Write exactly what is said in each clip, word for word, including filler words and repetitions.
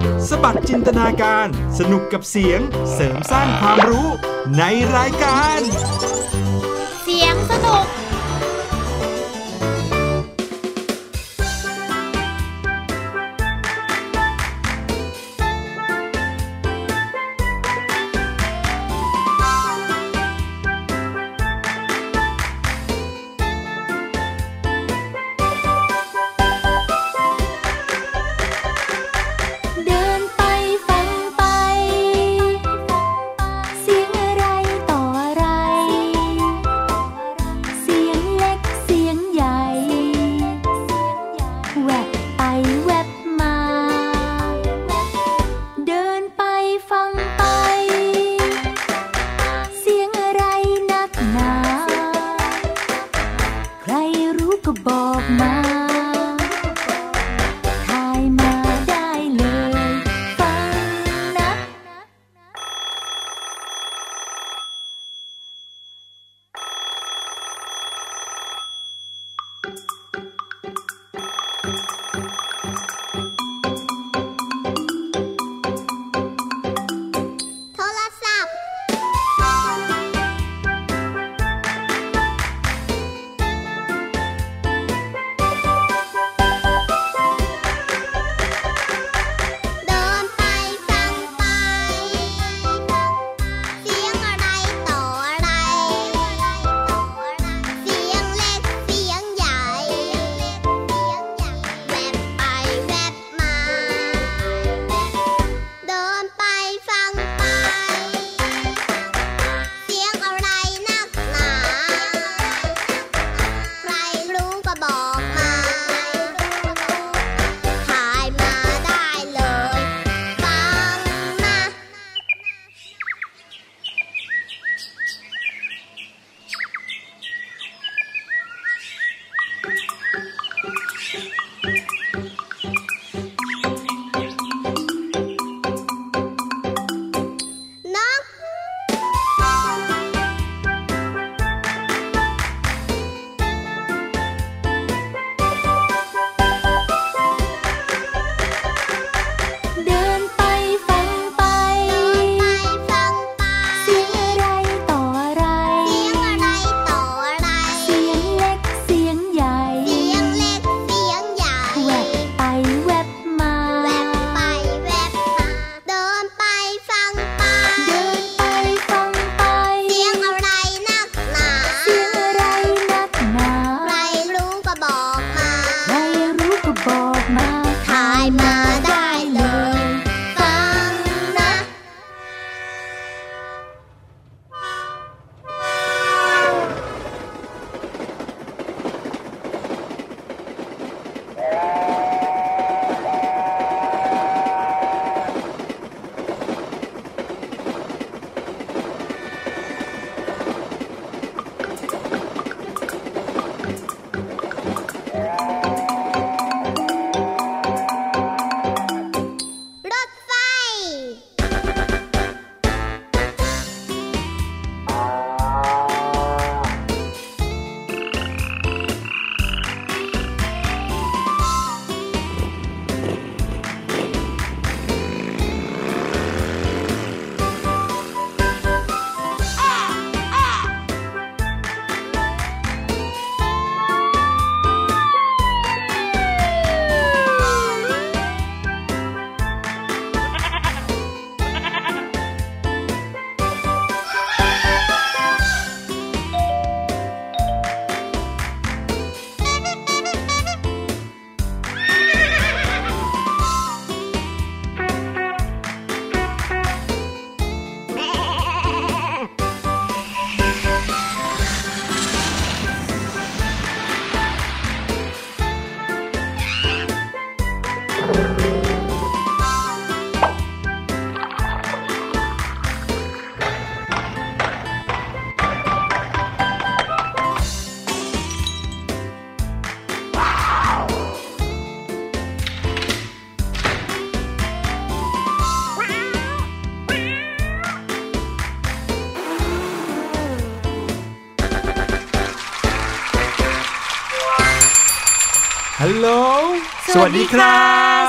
สบัดจินตนาการสนุกกับเสียงเสริมสร้างความรู้ในรายการเสียงสนุกฮัลโหลสวัสดีครับ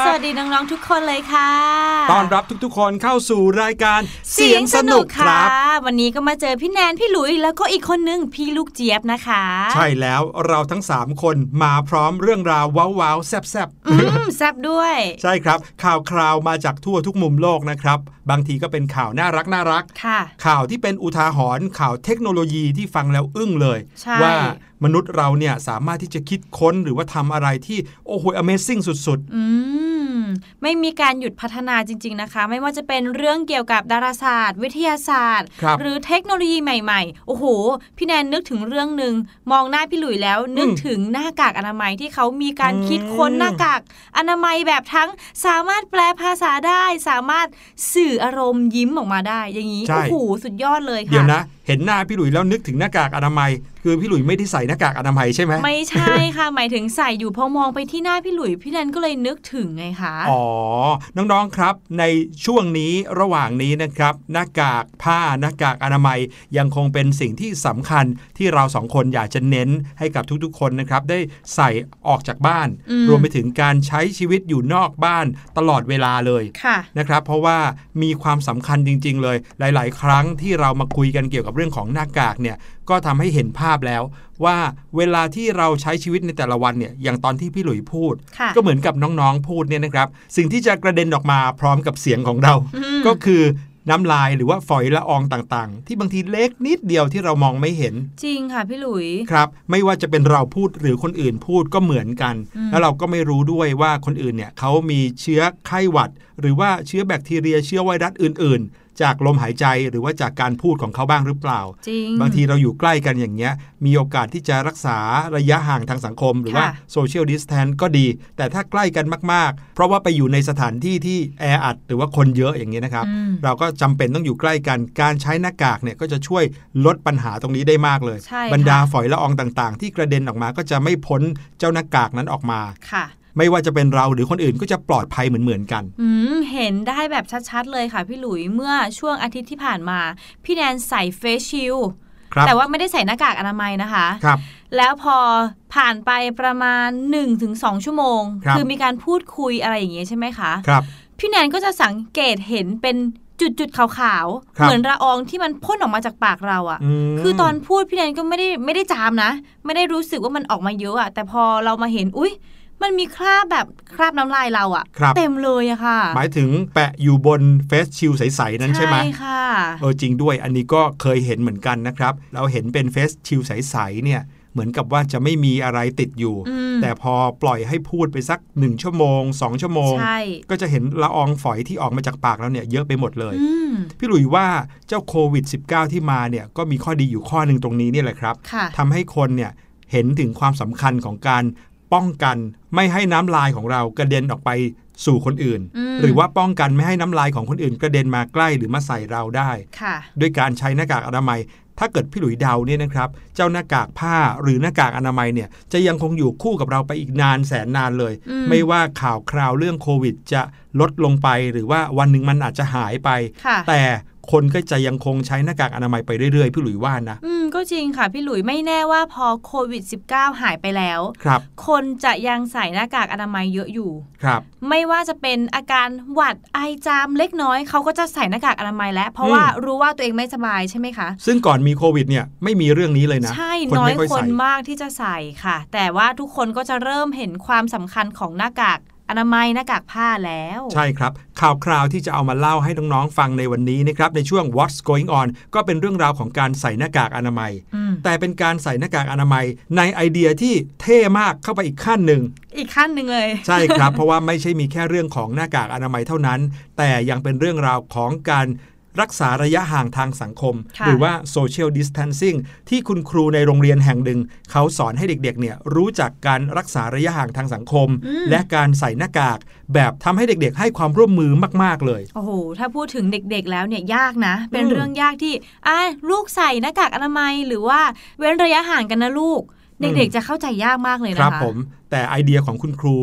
สวัสดีน้องๆทุกคนเลยค่ะต้อนรับทุกๆคนเข้าสู่รายการเสียงสนุกครับวันนี้ก็มาเจอพี่แนนพี่หลุยแล้วก็อีกคนนึงพี่ลูกเจี๊ยบนะคะใช่แล้วเราทั้งสามคนมาพร้อมเรื่องราวว้าวๆแซ่บๆอืมแซ่บด้วยใช่ครับข่าวคราวมาจากทั่วทุกมุมโลกนะครับบางทีก็เป็นข่าวน่ารักน่ารักข่าวที่เป็นอุทาหรณ์ข่าวเทคโนโลยีที่ฟังแล้วอึ้งเลยว่ามนุษย์เราเนี่ยสามารถที่จะคิดค้นหรือว่าทำอะไรที่โอ้โห Amazing สุดๆอืมไม่มีการหยุดพัฒนาจริงๆนะคะไม่ว่าจะเป็นเรื่องเกี่ยวกับดาราศาสตร์วิทยาศาสตร์หรือเทคโนโลยีใหม่ๆโอ้โหพี่แนนนึกถึงเรื่องนึงมองหน้าพี่หลุยแล้วนึกถึงหน้ากากอนามัยที่เขามีการคิดค้นหน้ากากอนามัยแบบทั้งสามารถแปลภาษาได้สามารถสื่ออารมณ์ยิ้มออกมาได้อย่างนี้โอ้โหสุดยอดเลยค่ะเดี๋ยวนะเห็นหน้าพี่หลุยแล้วนึกถึงหน้ากากอนามัยคือพี่หลุยไม่ได้ใส่หน้ากากอนามัยใช่ไหมไม่ใช่ค่ะหมายถึงใส่อยู่พอมองไปที่หน้าพี่หลุยพี่แนนก็เลยนึกถึงไงคะอ๋อน้องๆครับในช่วงนี้ระหว่างนี้นะครับหน้ากากผ้าหน้ากากอนามัยยังคงเป็นสิ่งที่สำคัญที่เราสองคนอยากจะเน้นให้กับทุกๆคนนะครับได้ใส่ออกจากบ้านรวมไปถึงการใช้ชีวิตอยู่นอกบ้านตลอดเวลาเลยนะครับเพราะว่ามีความสำคัญจริงๆเลยหลายๆครั้งที่เรามาคุยกันเกี่ยวกับเรื่องของหน้ากากเนี่ยก็ทำให้เห็นภาพแล้วว่าเวลาที่เราใช้ชีวิตในแต่ละวันเนี่ยอย่างตอนที่พี่หลุยพูดก็เหมือนกับน้องๆพูดเนี่ยนะครับสิ่งที่จะกระเด็นออกมาพร้อมกับเสียงของเราก็คือน้ำลายหรือว่าฝอยละอองต่างๆที่บางทีเล็กนิดเดียวที่เรามองไม่เห็นจริงค่ะพี่หลุยครับไม่ว่าจะเป็นเราพูดหรือคนอื่นพูดก็เหมือนกันแล้วเราก็ไม่รู้ด้วยว่าคนอื่นเนี่ยเขามีเชื้อไข้หวัดหรือว่าเชื้อแบคทีเรียเชื้อไวรัสอื่นๆจากลมหายใจหรือว่าจากการพูดของเขาบ้างหรือเปล่าจริงบางทีเราอยู่ใกล้กันอย่างเงี้ยมีโอกาสที่จะรักษาระยะห่างทางสังคมหรือว่าโซเชียลดิสแทนซ์ก็ดีแต่ถ้าใกล้กันมากๆเพราะว่าไปอยู่ในสถานที่ที่แออัดหรือว่าคนเยอะอย่างเงี้ยนะครับเราก็จำเป็นต้องอยู่ใกล้กันการใช้หน้ากากเนี่ยก็จะช่วยลดปัญหาตรงนี้ได้มากเลยบรรดาฝอยละอองต่างๆที่กระเด็นออกมาก็จะไม่พ้นเจ้าหน้ากากนั้นออกมาค่ะไม่ว่าจะเป็นเราหรือคนอื่นก็จะปลอดภัยเหมือนๆกันอืมเห็นได้แบบชัดๆเลยค่ะพี่หลุยเมื่อช่วงอาทิตย์ที่ผ่านมาพี่แนนใส่เฟซชิลด์แต่ว่าไม่ได้ใส่หน้ากากอนามัยนะคะครับแล้วพอผ่านไปประมาณ หนึ่งถึงสอง ชั่วโมง ค, คือมีการพูดคุยอะไรอย่างเงี้ยใช่ไหมคะครับพี่แนนก็จะสังเกตเห็นเป็นจุดๆขาวๆเหมือนละอองที่มันพ่นออกมาจากปากเราอ่ะคือตอนพูดพี่แนนก็ไม่ได้ไม่ได้จามนะไม่ได้รู้สึกว่ามันออกมาเยอะอ่ะแต่พอเรามาเห็นอุ๊ยมันมีคราบแบบคราบน้ำลายเราอะเต็มเลยอะค่ะหมายถึงแปะอยู่บนเฟซชิลใสๆนั้นใช่ไหมใช่ค่ะเออจริงด้วยอันนี้ก็เคยเห็นเหมือนกันนะครับเราเห็นเป็นเฟซชิลใสๆเนี่ยเหมือนกับว่าจะไม่มีอะไรติดอยู่แต่พอปล่อยให้พูดไปสักหนึ่งชั่วโมงสองชั่วโมงก็จะเห็นละอองฝอยที่ออกมาจากปากแล้วเนี่ยเยอะไปหมดเลยพี่หลุยว่าเจ้าโควิด สิบเก้า ที่มาเนี่ยก็มีข้อดีอยู่ข้อนึงตรงนี้นี่แหละครับทำให้คนเนี่ยเห็นถึงความสำคัญของการป้องกันไม่ให้น้ำลายของเรากระเด็นออกไปสู่คนอื่นหรือว่าป้องกันไม่ให้น้ำลายของคนอื่นกระเด็นมาใกล้หรือมาใส่เราได้ด้วยการใช้หน้ากากอนามัยถ้าเกิดพี่หลุยเดาเนี่ยนะครับเจ้าหน้ากากผ้าหรือหน้ากากอนามัยเนี่ยจะยังคงอยู่คู่กับเราไปอีกนานแสนนานเลยไม่ว่าข่าวคราวเรื่องโควิดจะลดลงไปหรือว่าวันหนึ่งมันอาจจะหายไปแต่คนก็จะยังคงใช้หน้ากากอนามัยไปเรื่อยๆพี่หลุยว่านะอืมก็จริงค่ะพี่หลุยไม่แน่ว่าพอโควิด สิบเก้า หายไปแล้วครับคนจะยังใส่หน้ากากอนามัยเยอะอยู่ครับไม่ว่าจะเป็นอาการหวัดไอจามเล็กน้อยเขาก็จะใส่หน้ากากอนามัยแล้วเพราะว่ารู้ว่าตัวเองไม่สบายใช่ไหมคะซึ่งก่อนมีโควิดเนี่ยไม่มีเรื่องนี้เลยนะใช่น้อยคนมากที่จะใส่ค่ะแต่ว่าทุกคนก็จะเริ่มเห็นความสำคัญของหน้ากากอนามัยหน้ากากผ้าแล้วใช่ครับข่าวคราวที่จะเอามาเล่าให้น้องๆฟังในวันนี้นะครับในช่วง What's Going On ก็เป็นเรื่องราวของการใส่หน้ากากอนามัยแต่เป็นการใส่หน้ากากอนามัยในไอเดียที่เท่มากเข้าไปอีกขั้นหนึ่งอีกขั้นหนึ่งเลยใช่ครับ เพราะว่าไม่ใช่มีแค่เรื่องของหน้ากากอนามัยเท่านั้นแต่ยังเป็นเรื่องราวของการรักษาระยะห่างทางสังคมหรือว่า social distancing ที่คุณครูในโรงเรียนแห่งหนึ่งเขาสอนให้เด็กๆเนี่ยรู้จักการรักษาระยะห่างทางสังคมและการใส่หน้ากากแบบทำให้เด็กๆให้ความร่วมมือมากๆเลยโอ้โหถ้าพูดถึงเด็กๆแล้วเนี่ยยากนะเป็นเรื่องยากที่อ่ะลูกใส่หน้ากากอนามัยหรือว่าเว้นระยะห่างกันนะลูกเด็กๆจะเข้าใจยากมากเลยนะคะครับผมแต่ไอเดียของคุณครู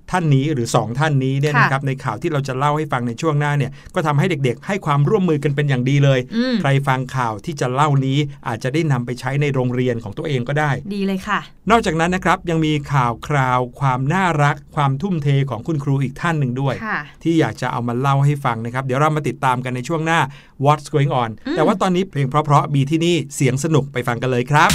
ท่านนี้หรือสองท่านนี้เนี่ยนะครับในข่าวที่เราจะเล่าให้ฟังในช่วงหน้าเนี่ยก็ทำให้เด็กๆให้ความร่วมมือกันเป็นอย่างดีเลยใครฟังข่าวที่จะเล่านี้อาจจะได้นำไปใช้ในโรงเรียนของตัวเองก็ได้ดีเลยค่ะนอกจากนั้นนะครับยังมีข่าวคราวความน่ารักความทุ่มเทของคุณครูอีกท่านหนึ่งด้วยที่อยากจะเอามาเล่าให้ฟังนะครับเดี๋ยวเรามาติดตามกันในช่วงหน้า What's Going On แต่ว่าตอนนี้เพลงเพราะๆมีที่นี่เสียงสนุกไปฟังกันเลยครับ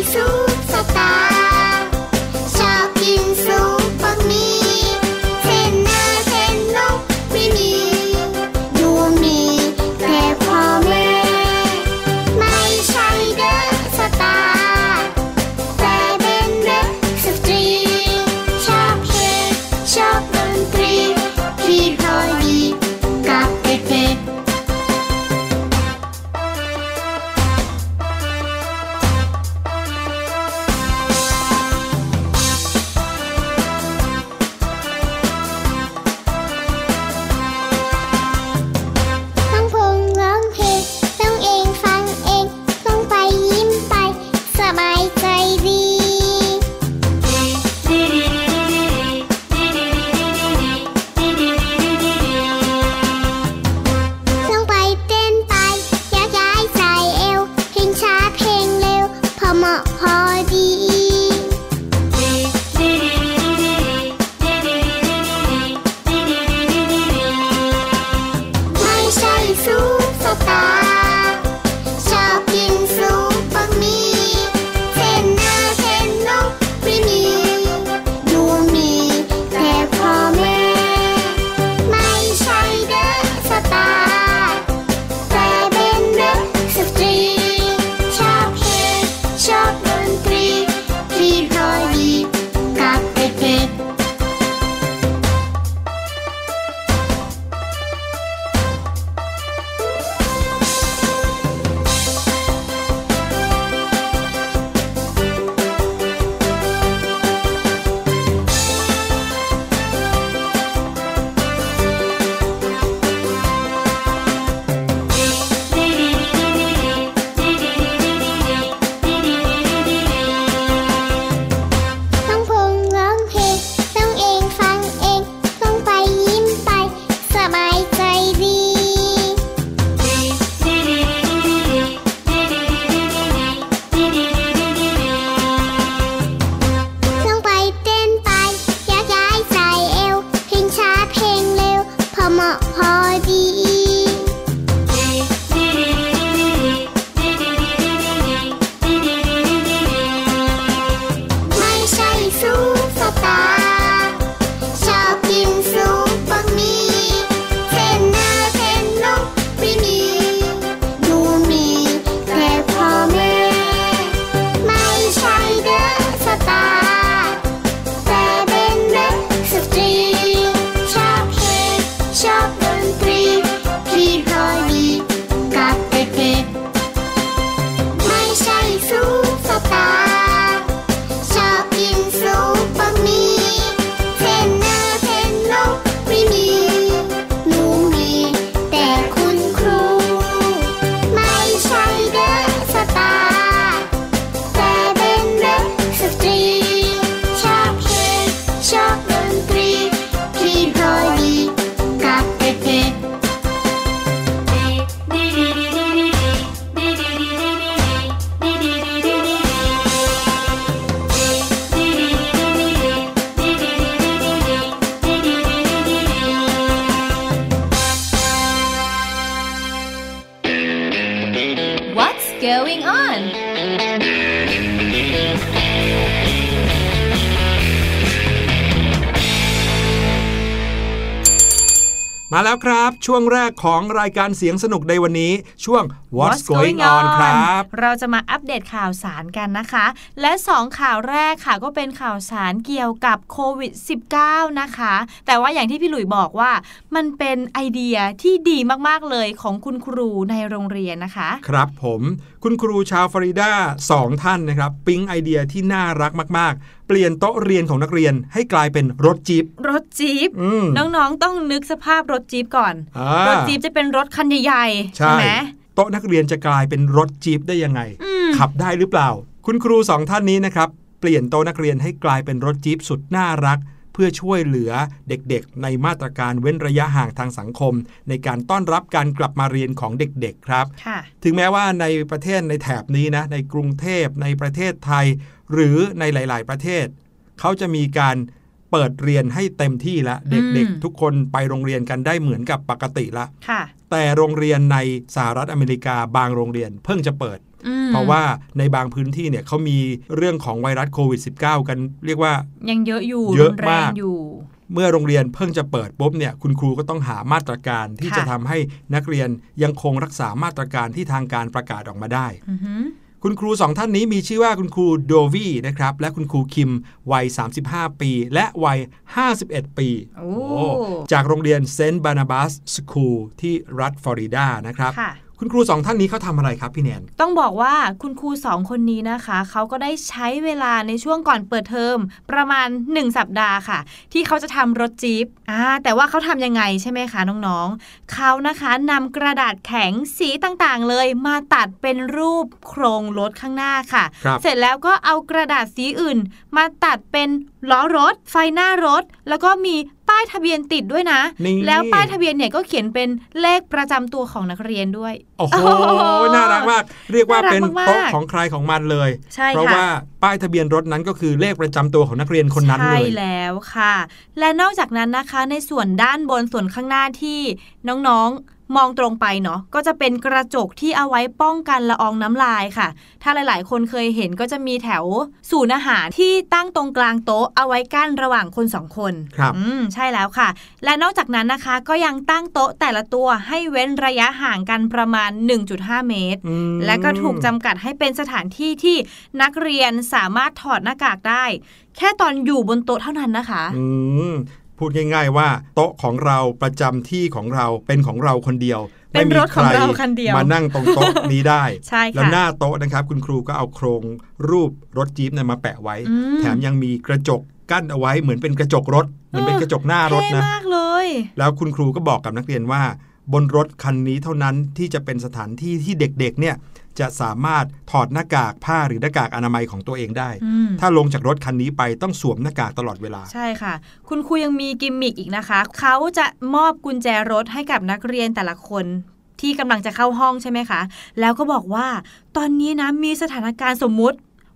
ชอบกินซุปบะหมี่เส้นพอดีไม่ใช่ซุปสตาร์ชอบกินซุปบะหมี่เส้นหน้าเส้นนกไม่มีหนูมีแต่พ่อแม่ไม่ใช่เดอะสตาร์แต่เป็นนักสตรีชอบเพลงชอบดนตรีที่พอดีกับเด็กๆไม่ใช่ซุปสตาร์ชอบกินซุปบะหมี่เส้นหน้าเส้นนกไม่มีหนูมีแต่คุณครูไม่ใช่เดอะสตาร์แต่เป็นนักสตรีชอบเพลงชอบดนตรีที่พอดีกับเด็กๆ What's going on? มาแล้วครับช่วงแรกของรายการเสียงสนุกในวันนี้ช่วง What's Going On ครับเราจะมาอัปเดตข่าวสารกันนะคะและสองข่าวแรกค่ะก็เป็นข่าวสารเกี่ยวกับโควิด สิบเก้า นะคะแต่ว่าอย่างที่พี่หลุยบอกว่ามันเป็นไอเดียที่ดีมากๆเลยของคุณครูในโรงเรียนนะคะครับผมคุณครูชาวฟลอริดาสองท่านนะครับปิ๊งไอเดียที่น่ารักมากๆเปลี่ยนโต๊ะเรียนของนักเรียนให้กลายเป็นรถจี๊ปรถจี๊ปน้องๆต้องนึกสภาพรถจี๊ปก่อนรถจี๊ปจะเป็นรถคันใหญ่ๆใช่ไหมโต๊ะนักเรียนจะกลายเป็นรถจี๊ปได้ยังไงขับได้หรือเปล่าคุณครูสองท่านนี้นะครับเปลี่ยนโต๊ะนักเรียนให้กลายเป็นรถจี๊ปสุดน่ารักเพื่อช่วยเหลือเด็กๆในมาตรการเว้นระยะห่างทางสังคมในการต้อนรับการกลับมาเรียนของเด็กๆครับถึงแม้ว่าในประเทศในแถบนี้นะในกรุงเทพในประเทศไทยหรือในหลายๆประเทศเขาจะมีการเปิดเรียนให้เต็มที่ละเด็กๆทุกคนไปโรงเรียนกันได้เหมือนกับปกติละแต่โรงเรียนในสหรัฐอเมริกาบางโรงเรียนเพิ่งจะเปิดเพราะว่าในบางพื้นที่เนี่ยเขามีเรื่องของไวรัสโควิด สิบเก้า กันเรียกว่ายังเยอะอยู่เยอะมากเมื่อโรงเรียนเพิ่งจะเปิดปุ๊บเนี่ยคุณครูก็ต้องหามาตรการที่จะทำให้นักเรียนยังคงรักษามาตรการที่ทางการประกาศออกมาได้คุณครูสองท่านนี้มีชื่อว่าคุณครูโดวีนะครับและคุณครูคิมวัยสามสิบห้าปีและวัยห้าสิบเอ็ดปีโอ้จากโรงเรียนเซนต์บานาบัสสคูลที่รัฐฟลอริดานะครับคุณครูสองท่านนี้เขาทำอะไรครับพี่แนนต้องบอกว่าคุณครูสองคนนี้นะคะเขาก็ได้ใช้เวลาในช่วงก่อนเปิดเทอมประมาณหนึ่งสัปดาห์ค่ะที่เขาจะทำรถจี๊ปอ่าแต่ว่าเขาทำยังไงใช่ไหมคะน้องๆเขานะคะนำกระดาษแข็งสีต่างๆเลยมาตัดเป็นรูปโครงรถข้างหน้าค่ะเสร็จแล้วก็เอากระดาษสีอื่นมาตัดเป็นล้อรถไฟหน้ารถแล้วก็มีป้ายทะเบียนติดด้วยนะแล้วป้ายทะเบียนเนี่ยก็เขียนเป็นเลขประจำตัวของนักเรียนด้วยโอ้โหน่ารักมากเรียกว่าเป็นโต๊ะของใครของมันเลยเพราะว่าป้ายทะเบียนรถนั้นก็คือเลขประจำตัวของนักเรียนคนนั้นเลยใช่แล้วค่ะและนอกจากนั้นนะคะในส่วนด้านบนส่วนข้างหน้าที่น้องๆมองตรงไปเนาะก็จะเป็นกระจกที่เอาไว้ป้องกันละอองน้ำลายค่ะถ้าหลายๆคนเคยเห็นก็จะมีแถวศูนย์อาหารที่ตั้งตรงกลางโต๊ะเอาไว้กั้นระหว่างคนสองคนครับอืมใช่แล้วค่ะและนอกจากนั้นนะคะก็ยังตั้งโต๊ะแต่ละตัวให้เว้นระยะห่างกันประมาณ หนึ่งจุดห้า เมตรและก็ถูกจำกัดให้เป็นสถานที่ที่นักเรียนสามารถถอดหน้ากากได้แค่ตอนอยู่บนโต๊ะเท่านั้นนะคะอืมพูดง่ายๆว่าโต๊ะของเราประจำที่ของเราเป็นของเราคนเดียวเป็นรถของเราคันเดียวมานั่งตรงโต๊ะนี้ได้ แล้วหน้าโต๊ะนะครับคุณครูก็เอาโครงรูปรถจี๊ปเนี่ยมาแปะไว้แถมยังมีกระจกกั้นเอาไว้เหมือนเป็นกระจกรถเหมือนเป็นกระจกหน้ารถนะเท่มากเลยแล้วคุณครูก็บอกกับนักเรียนว่าบนรถคันนี้เท่านั้นที่จะเป็นสถานที่ที่เด็กๆเนี่ยจะสามารถถอดหน้ากากผ้าหรือหน้ากากอนามัยของตัวเองได้ถ้าลงจากรถคันนี้ไปต้องสวมหน้ากากตลอดเวลาใช่ค่ะคุณครูยังมีกิมมิกอีกนะคะเขาจะมอบกุญแจรถให้กับนักเรียนแต่ละคนที่กำลังจะเข้าห้องใช่ไหมคะแล้วก็บอกว่าตอนนี้นะมีสถานการณ์สมมุติ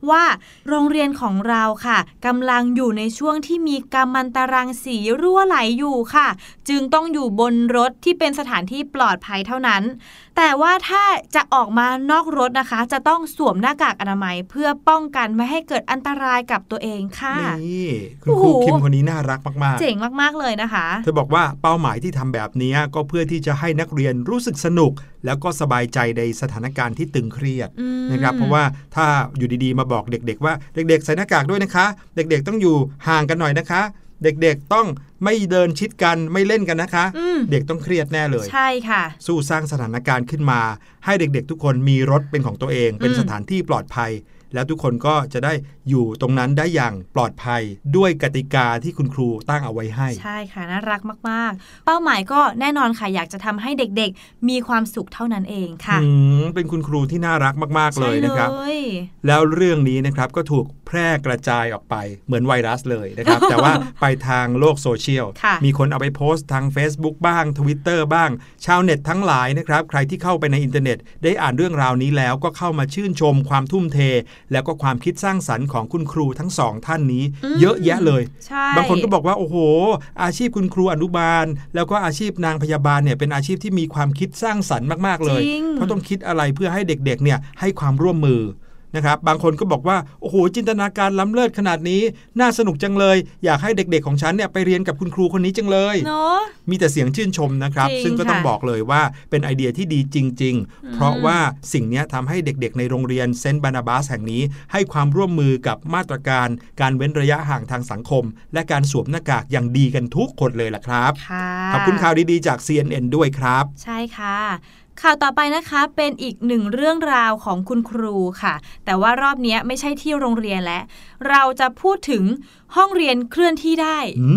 ว่าโรงเรียนของเราค่ะกำลังอยู่ในช่วงที่มีกัมมันตรังสีรั่วไหลอยู่ค่ะจึงต้องอยู่บนรถที่เป็นสถานที่ปลอดภัยเท่านั้นแต่ว่าถ้าจะออกมานอกรถนะคะจะต้องสวมหน้ากากอนามัยเพื่อป้องกันไม่ให้เกิดอันตรายกับตัวเองค่ะนี่คุณครูคิมคนนี้น่ารักมากๆเจ๋งมากๆเลยนะคะเธอบอกว่าเป้าหมายที่ทำแบบนี้ก็เพื่อที่จะให้นักเรียนรู้สึกสนุกแล้วก็สบายใจในสถานการณ์ที่ตึงเครียดนะครับเพราะว่าถ้าอยู่ดีๆมาบอกเด็กๆว่าเด็กๆใส่หน้ากากด้วยนะคะเด็กๆต้องอยู่ห่างกันหน่อยนะคะเด็กๆต้องไม่เดินชิดกันไม่เล่นกันนะคะเด็กต้องเครียดแน่เลยใช่ค่ะสู้สร้างสถานการณ์ขึ้นมาให้เด็กๆทุกคนมีรถเป็นของตัวเองเป็นสถานที่ปลอดภัยแล้วทุกคนก็จะได้อยู่ตรงนั้นได้อย่างปลอดภัยด้วยกติกาที่คุณครูตั้งเอาไว้ให้ใช่ค่ะน่ารักมากๆเป้าหมายก็แน่นอนค่ะอยากจะทำให้เด็กๆมีความสุขเท่านั้นเองค่ะเป็นคุณครูที่น่ารักมากๆเลยนะครับแล้วเรื่องนี้นะครับก็ถูกแพร่กระจายออกไปเหมือนไวรัสเลยนะครับ แต่ว่าไปทางโลกโซเชียลมีคนเอาไปโพสต์ทาง Facebook บ้าง Twitter บ้างชาวเน็ตทั้งหลายนะครับใครที่เข้าไปในอินเทอร์เน็ตได้อ่านเรื่องราวนี้แล้วก็เข้ามาชื่นชมความทุ่มเทแล้วก็ความคิดสร้างสรรค์ของคุณครูทั้งสองท่านนี้เยอะแยะเลยบางคนก็บอกว่าโอ้โหอาชีพคุณครูอนุบาลแล้วก็อาชีพนางพยาบาลเนี่ยเป็นอาชีพที่มีความคิดสร้างสรรค์มากๆเลยเพราะต้องคิดอะไรเพื่อให้เด็กๆเนี่ยให้ความร่วมมือนะครับบางคนก็บอกว่าโอ้โหจินตนาการล้ำเลิศขนาดนี้น่าสนุกจังเลยอยากให้เด็กๆของฉันเนี่ยไปเรียนกับคุณครูคนนี้จังเลยเนาะมีแต่เสียงชื่นชมนะครับซึ่งก็ต้องบอกเลยว่าเป็นไอเดียที่ดีจริงๆเพราะว่าสิ่งนี้ทำให้เด็กๆในโรงเรียนเซนต์บานาบาสแห่งนี้ให้ความร่วมมือกับมาตรการการเว้นระยะห่างทางสังคมและการสวมหน้ากากอย่างดีกันทุกคนเลยล่ะครับขอบคุณข่าวดีๆจาก ซี เอ็น เอ็น ด้วยครับใช่ค่ะข่าวต่อไปนะคะเป็นอีกหนึ่งเรื่องราวของคุณครูค่ะแต่ว่ารอบนี้ไม่ใช่ที่โรงเรียนแล้วเราจะพูดถึงห้องเรียนเคลื่อนที่ได้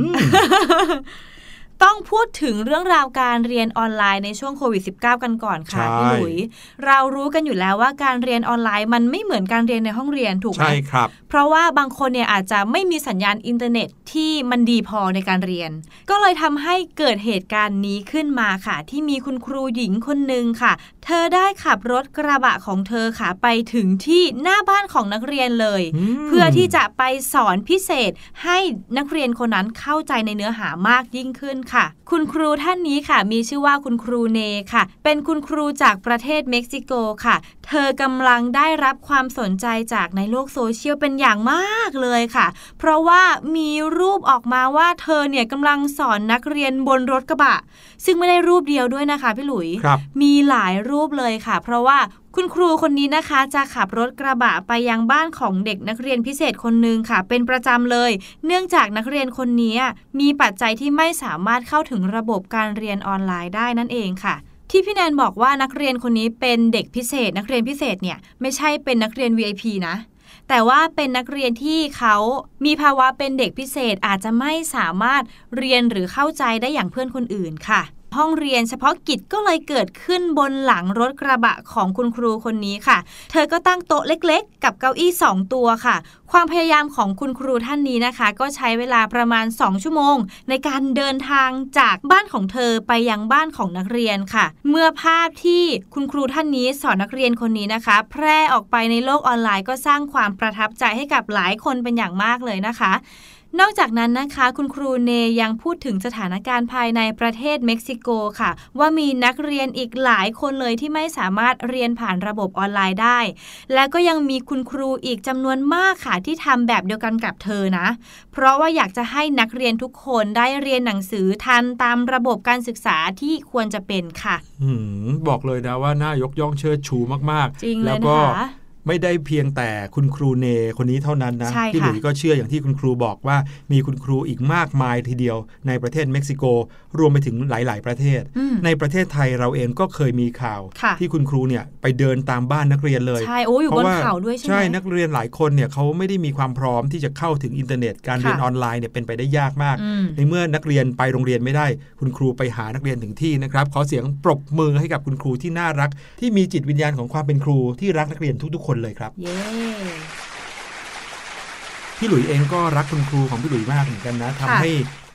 ต้องพูดถึงเรื่องราวการเรียนออนไลน์ในช่วงโควิด สิบเก้า กันก่อนค่ะพี่หลุยเรารู้กันอยู่แล้วว่าการเรียนออนไลน์มันไม่เหมือนการเรียนในห้องเรียนถูกไหมใช่ครับเพราะว่าบางคนเนี่ยอาจจะไม่มีสัญญาณอินเทอร์เน็ตที่มันดีพอในการเรียนก็เลยทำให้เกิดเหตุการณ์นี้ขึ้นมาค่ะที่มีคุณครูหญิงคนนึงค่ะเธอได้ขับรถกระบะของเธอค่ะไปถึงที่หน้าบ้านของนักเรียนเลยเพื่อที่จะไปสอนพิเศษให้นักเรียนคนนั้นเข้าใจในเนื้อหามากยิ่งขึ้นค่ะคุณครูท่านนี้ค่ะมีชื่อว่าคุณครูเนค่ะเป็นคุณครูจากประเทศเม็กซิโกค่ะเธอกำลังได้รับความสนใจจากในโลกโซเชียลเป็นอย่างมากเลยค่ะเพราะว่ามีรูปออกมาว่าเธอเนี่ยกำลังสอนนักเรียนบนรถกระบะซึ่งไม่ได้รูปเดียวด้วยนะคะพี่หลุยมีหลายรูปเลยค่ะเพราะว่าคุณครูคนนี้นะคะจะขับรถกระบะไปยังบ้านของเด็กนักเรียนพิเศษคนนึงค่ะเป็นประจำเลยเนื่องจากนักเรียนคนนี้มีปัจจัยที่ไม่สามารถเข้าถึงระบบการเรียนออนไลน์ได้นั่นเองค่ะที่พี่แนนบอกว่านักเรียนคนนี้เป็นเด็กพิเศษนักเรียนพิเศษเนี่ยไม่ใช่เป็นนักเรียน วี ไอ พี นะแต่ว่าเป็นนักเรียนที่เขามีภาวะเป็นเด็กพิเศษอาจจะไม่สามารถเรียนหรือเข้าใจได้อย่างเพื่อนคนอื่นค่ะห้องเรียนเฉพาะกิจก็เลยเกิดขึ้นบนหลังรถกระบะของคุณครูคนนี้ค่ะเธอก็ตั้งโต๊ะเล็กๆกับเก้าอี้สองตัวค่ะความพยายามของคุณครูท่านนี้นะคะก็ใช้เวลาประมาณสองชั่วโมงในการเดินทางจากบ้านของเธอไปยังบ้านของนักเรียนค่ะเมื่อภาพที่คุณครูท่านนี้สอนนักเรียนคนนี้นะคะแพร่ออกไปในโลกออนไลน์ก็สร้างความประทับใจให้กับหลายคนเป็นอย่างมากเลยนะคะนอกจากนั้นนะคะคุณครูเนยังพูดถึงสถานการณ์ภายในประเทศเม็กซิโกค่ะว่ามีนักเรียนอีกหลายคนเลยที่ไม่สามารถเรียนผ่านระบบออนไลน์ได้และก็ยังมีคุณครูอีกจำนวนมากค่ะที่ทำแบบเดียวกันกับเธอนะเพราะว่าอยากจะให้นักเรียนทุกคนได้เรียนหนังสือทันตามระบบการศึกษาที่ควรจะเป็นค่ะอืมบอกเลยนะว่าน่ายกย่องเชิดชูมากๆจริงเลยนะคะแล้วก็ไม่ได้เพียงแต่คุณครูเนคนนี้เท่านั้นนะพี่หลุยก็เชื่ออย่างที่คุณครูบอกว่ามีคุณครูอีกมากมายทีเดียวในประเทศเม็กซิโกรวมไปถึงหลายๆประเทศในประเทศไทยเราเองก็เคยมีข่าวที่คุณครูเนี่ยไปเดินตามบ้านนักเรียนเลยใช่โอ้อยู่บนเขาด้วยใช่ไหมใช่นักเรียนหลายคนเนี่ยเขาไม่ได้มีความพร้อมที่จะเข้าถึงอินเทอร์เน็ตการเรียนออนไลน์เนี่ยเป็นไปได้ยากมากในเมื่อนักเรียนไปโรงเรียนไม่ได้คุณครูไปหานักเรียนถึงที่นะครับขอเสียงปรบมือให้กับคุณครูที่น่ารักที่มีจิตวิญญาณของความเป็นครูที่รักนักเรียนทุกๆคนเลยครับพี่หลุยเองก็รักคุณครูของพี่หลุยมากเหมือนกันนะทำให้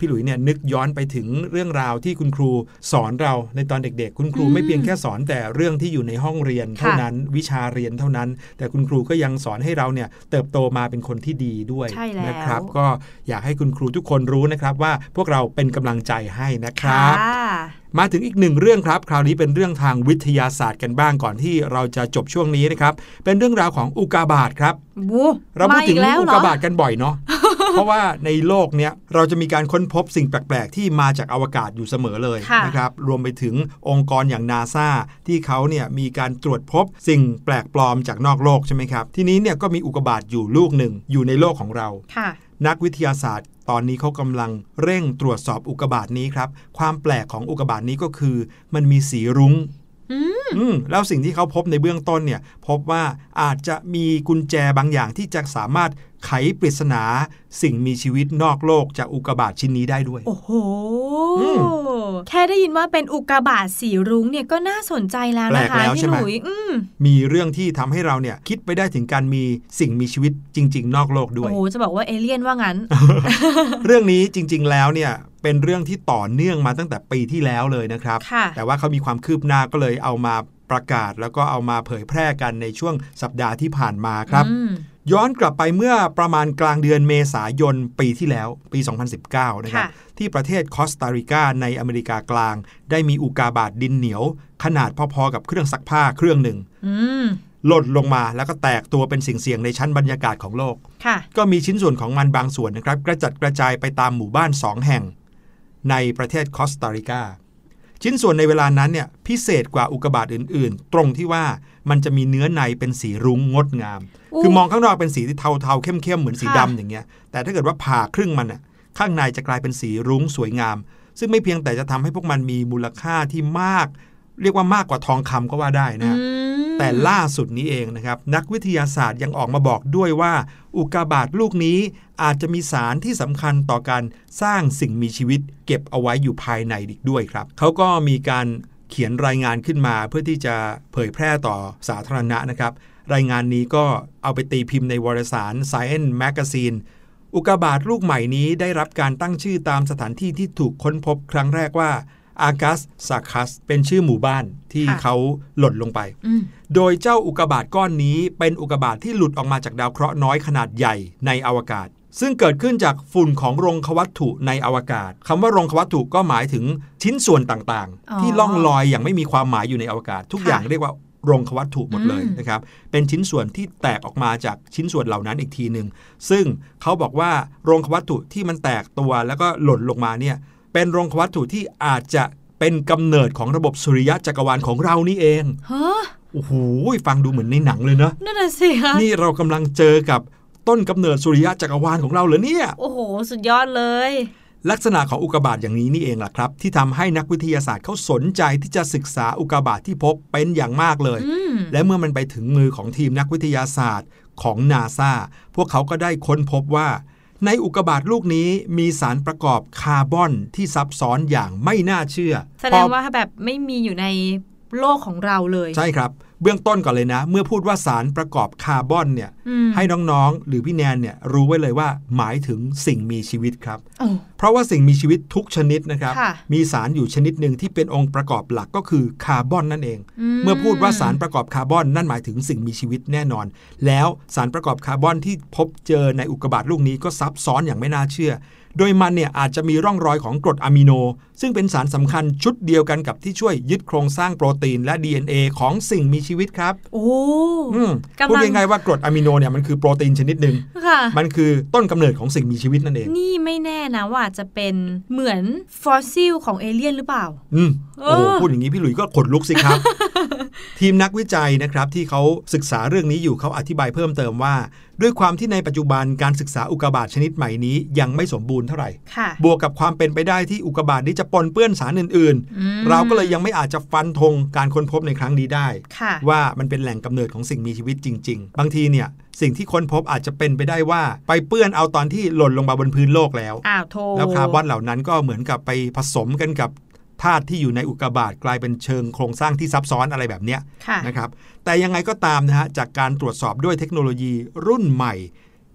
พี่หลุยเนี่ยนึกย้อนไปถึงเรื่องราวที่คุณครูสอนเราในตอนเด็กๆคุณครูไม่เพียงแค่สอนแต่เรื่องที่อยู่ในห้องเรียนเท่านั้นวิชาเรียนเท่านั้นแต่คุณครูก็ยังสอนให้เราเนี่ยเติบโตมาเป็นคนที่ดีด้วยนะครับก็อยากให้คุณครูทุกคนรู้นะครับว่าพวกเราเป็นกำลังใจให้นะครับมาถึงอีกหนึ่งเรื่องครับคราวนี้เป็นเรื่องทางวิทยาศาสตร์กันบ้างก่อนที่เราจะจบช่วงนี้นะครับเป็นเรื่องราวของอุกาบาตครับเราพูดถึงอุกาบาตกันบ่อยเนาะ เพราะว่าในโลกเนี้ยเราจะมีการค้นพบสิ่งแปลกๆที่มาจากอวกาศอยู่เสมอเลยนะครับรวมไปถึงองค์กรอย่าง NASA ที่เขาเนี่ยมีการตรวจพบสิ่งแปลกปลอมจากนอกโลกใช่ไหมครับทีนี้เนี่ยก็มีอุกาบาตอยู่ลูกหนึ่งอยู่ในโลกของเรานักวิทยาศาสตร์ตอนนี้เขากำลังเร่งตรวจสอบอุกกาบาตนี้ครับความแปลกของอุกกาบาตนี้ก็คือมันมีสีรุ้งอืมแล้วสิ่งที่เขาพบในเบื้องต้นเนี่ยพบว่าอาจจะมีกุญแจบางอย่างที่จะสามารถไขปริศนาสิ่งมีชีวิตนอกโลกจากอุกกาบาตชิ้นนี้ได้ด้วยโอ้โหแค่ได้ยินว่าเป็นอุกกาบาตสีรุ้งเนี่ยก็น่าสนใจแล้วนะคะพี่หลุยมีเรื่องที่ทำให้เราเนี่ยคิดไปได้ถึงการมีสิ่งมีชีวิตจริงๆนอกโลกด้วยโอ้โหจะบอกว่าเอเลี่ยนว่างั้นเรื่องนี้จริงๆแล้วเนี่ยเป็นเรื่องที่ต่อเนื่องมาตั้งแต่ปีที่แล้วเลยนะครับแต่ว่าเขามีความคืบหน้าก็เลยเอามาประกาศแล้วก็เอามาเผยแพร่กันในช่วงสัปดาห์ที่ผ่านมาครับย้อนกลับไปเมื่อประมาณกลางเดือนเมษายนปีที่แล้วปีสองพันสิบเก้านะครับที่ประเทศคอสตาริกาในอเมริกากลางได้มีอุกกาบาตดินเหนียวขนาดพอๆกับเครื่องซักผ้าเครื่องหนึ่งหล่นลงมาแล้วก็แตกตัวเป็นสิ่งเสี่ยงในชั้นบรรยากาศของโลกก็มีชิ้นส่วนของมันบางส่วนนะครับกระจัดกระจายไปตามหมู่บ้านสองแห่งในประเทศคอสตาริกาชิ้นส่วนในเวลานั้นเนี่ยพิเศษกว่าอุกกาบาตอื่นๆตรงที่ว่ามันจะมีเนื้อในเป็นสีรุ้งงดงามคือมองข้างนอกเป็นสีที่เทาๆเข้มๆเหมือนสีดำอย่างเงี้ยแต่ถ้าเกิดว่าผ่าครึ่งมันน่ะข้างในจะกลายเป็นสีรุ้งสวยงามซึ่งไม่เพียงแต่จะทำให้พวกมันมีมูลค่าที่มากเรียกว่ามากกว่าทองคำก็ว่าได้นะแต่ล่าสุดนี้เองนะครับนักวิทยาศาสตร์ยังออกมาบอกด้วยว่าอุกกาบาตลูกนี้อาจจะมีสารที่สำคัญต่อการสร้างสิ่งมีชีวิตเก็บเอาไว้อยู่ภายในอีกด้วยครับเขาก็มีการเขียนรายงานขึ้นมาเพื่อที่จะเผยแพร่ต่อสาธารณะนะครับรายงานนี้ก็เอาไปตีพิมพ์ในวารสาร Science Magazine อุกกาบาตลูกใหม่นี้ได้รับการตั้งชื่อตามสถานที่ที่ถูกค้นพบครั้งแรกว่าอากัสซาคัสเป็นชื่อหมู่บ้านที่เขาหล่นลงไปโดยเจ้าอุกกาบาตก้อนนี้เป็นอุกกาบาตที่หลุดออกมาจากดาวเคราะห์น้อยขนาดใหญ่ในอวกาศซึ่งเกิดขึ้นจากฝุ่นของโรงควัตถุในอวกาศคำว่าโรงควัตถุก็หมายถึงชิ้นส่วนต่างๆที่ล่องลอยอย่างไม่มีความหมายอยู่ในอวกาศทุกอย่างเรียกว่าโรงควัตถุหมดเลยนะครับเป็นชิ้นส่วนที่แตกออกมาจากชิ้นส่วนเหล่านั้นอีกทีนึงซึ่งเขาบอกว่าโรงควัตถุที่มันแตกตัวแล้วก็หล่นลงมาเนี่ยเป็นโรงควัตถุที่อาจจะเป็นกำเนิดของระบบสุริยะจักรวาลของเรานี่เองฮะโอ้โหฟังดูเหมือนในหนังเลยเนอะนั่นน่ะสิคะนี่เรากำลังเจอกับต้นกำเนิดสุริยะจักรวาลของเราเหรอเนี่ยโอ้โหสุดยอดเลยลักษณะของอุกกาบาตอย่างนี้นี่เองล่ะครับที่ทำให้นักวิทยาศาสตร์เขาสนใจที่จะศึกษาอุกกาบาตที่พบเป็นอย่างมากเลยและเมื่อมันไปถึงมือของทีมนักวิทยาศาสตร์ของ NASA พวกเขาก็ได้ค้นพบว่าในอุกกาบาตลูกนี้มีสารประกอบคาร์บอนที่ซับซ้อนอย่างไม่น่าเชื่อแสดงว่าแบบไม่มีอยู่ในโลกของเราเลยใช่ครับเบื้องต้นก่อนเลยนะเมื่อพูดว่าสารประกอบคาร์บอนเนี่ยให้น้องๆหรือพี่แนนเนี่ยรู้ไว้เลยว่าหมายถึงสิ่งมีชีวิตครับเพราะว่าสิ่งมีชีวิตทุกชนิดนะครับมีสารอยู่ชนิดหนึ่งที่เป็นองค์ประกอบหลักก็คือคาร์บอนนั่นเองเมื่อพูดว่าสารประกอบคาร์บอนนั่นหมายถึงสิ่งมีชีวิตแน่นอนแล้วสารประกอบคาร์บอนที่พบเจอในอุกกาบาตลูกนี้ก็ซับซ้อนอย่างไม่น่าเชื่อโดยมันเนี่ยอาจจะมีร่องรอยของกรดอะมิโนซึ่งเป็นสารสำคัญชุดเดียวกันกับที่ช่วยยึดโครงสร้างโปรตีนและ ดี เอ็น เอ ของสิ่งมีชีวิตครับโอ้พูดง่ายๆว่ากรดอะมิโนเนี่ยมันคือโปรตีนชนิดหนึ่งมันคือต้นกำเนิดของสิ่งมีชีวิตนั่นเองนี่ไม่แน่นะว่าจะเป็นเหมือนฟอสซิลของเอเลี่ยนหรือเปล่าอืมโอ้พูดอย่างนี้พี่หลุยส์ก็ขนลุกสิครับ ทีมนักวิจัยนะครับที่เขาศึกษาเรื่องนี้อยู่เขาอธิบายเพิ่มเติมว่าด้วยความที่ในปัจจุบันการศึกษาอุกกาบาตชนิดใหม่นี้ยังไม่สมบูรณ์เท่าไหร่บวกกับความเป็นไปได้ที่อุกกาบาตนี้จะปนเปื้อนสารอื่นๆเราก็เลยยังไม่อาจจะฟันธงการค้นพบในครั้งนี้ได้ว่ามันเป็นแหล่งกำเนิดของสิ่งมีชีวิตจริงๆบางทีเนี่ยสิ่งที่ค้นพบอาจจะเป็นไปได้ว่าไปเปื้อนเอาตอนที่หล่นลงมาบนพื้นโลกแล้วแล้วคาร์บอนเหล่านั้นก็เหมือนกับไปผสมกันกับธาตุที่อยู่ในอุกกาบาตกลายเป็นเชิงโครงสร้างที่ซับซ้อนอะไรแบบนี้นะครับแต่ยังไงก็ตามนะฮะจากการตรวจสอบด้วยเทคโนโลยีรุ่นใหม่พ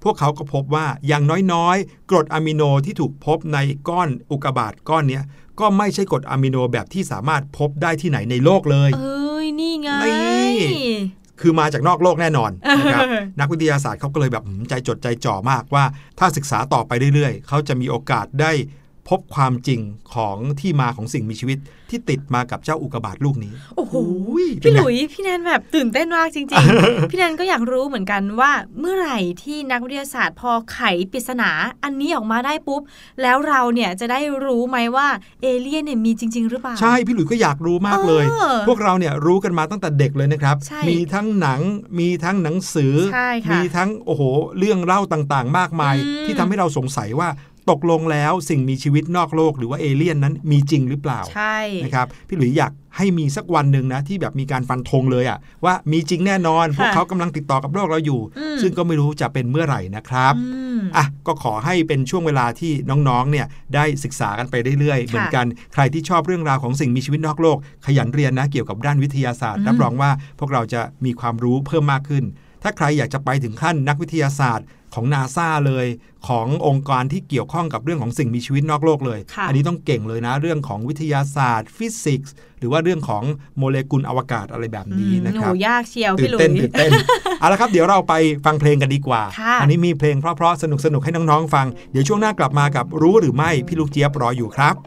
วกเขาก็พบว่าอย่างน้อยๆกรดอะมิโนที่ถูกพบในก้อนอุกกาบาตก้อนนี้ก็ไม่ใช่กรดอะมิโนแบบที่สามารถพบได้ที่ไหนในโลกเลยเอ้ยนี่ไงคือมาจากนอกโลกแน่นอนนะครับ นักวิทยาศาสตร์เขาก็เลยแบบใจจดใจจ่อมากว่าถ้าศึกษาต่อไปเรื่อยๆเขาจะมีโอกาสได้พบความจริงของที่มาของสิ่งมีชีวิตที่ติดมากับเจ้าอุกกาบาตลูกนี้โอ้โหพี่หลุยพี่แนนแบบตื่นเต้นมากจริงๆ พี่แนนก็อยากรู้เหมือนกันว่าเมื่อไหร่ที่นักวิทยาศาสตร์พอไขปริศนาอันนี้ออกมาได้ปุ๊บแล้วเราเนี่ยจะได้รู้ไหมว่าเอเลี่ยนเนี่ยมีจริงๆหรือเปล่าใช่พี่หลุยก็อยากรู้มากเลยพวกเราเนี่ยรู้กันมาตั้งแต่เด็กเลยนะครับมีทั้งหนังมีทั้งหนังสือมีทั้งโอ้โหเรื่องเล่าต่างๆมากมายที่ทำให้เราสงสัยว่าตกลงแล้วสิ่งมีชีวิตนอกโลกหรือว่าเอเลี่ยนนั้นมีจริงหรือเปล่าใช่นะครับพี่หลุยอยากให้มีสักวันหนึ่งนะที่แบบมีการฟันธงเลยอะว่ามีจริงแน่นอนพวกเขากำลังติดต่อกับโลกเราอยู่ซึ่งก็ไม่รู้จะเป็นเมื่อไหร่นะครับอ่ะก็ขอให้เป็นช่วงเวลาที่น้องๆเนี่ยได้ศึกษากันไปเรื่อยๆเหมือนกันใครที่ชอบเรื่องราวของสิ่งมีชีวิตนอกโลกขยันเรียนนะเกี่ยวกับด้านวิทยาศาสตร์รับรองว่าพวกเราจะมีความรู้เพิ่มมากขึ้นถ้าใครอยากจะไปถึงขั้นนักวิทยาศาสตร์ของ นาซา เลยขององค์กรที่เกี่ยวข้องกับเรื่องของสิ่งมีชีวิตนอกโลกเลยอันนี้ต้องเก่งเลยนะเรื่องของวิทยาศาสตร์ฟิสิกส์หรือว่าเรื่องของโมเลกุลอวกาศอะไรแบบนี้นะครับโหยากเชียวพี่ลุยตื่นเต้นตื่นเต้นเอาละครับเดี๋ยวเราไปฟังเพลงกันดีกว่าอันนี้มีเพลงเพราะๆสนุกๆให้น้องๆฟังเดี๋ยวช่วงหน้ากลับมากับรู้หรือไม่พี่ลูกเจี๊ยบรออยู่ครับ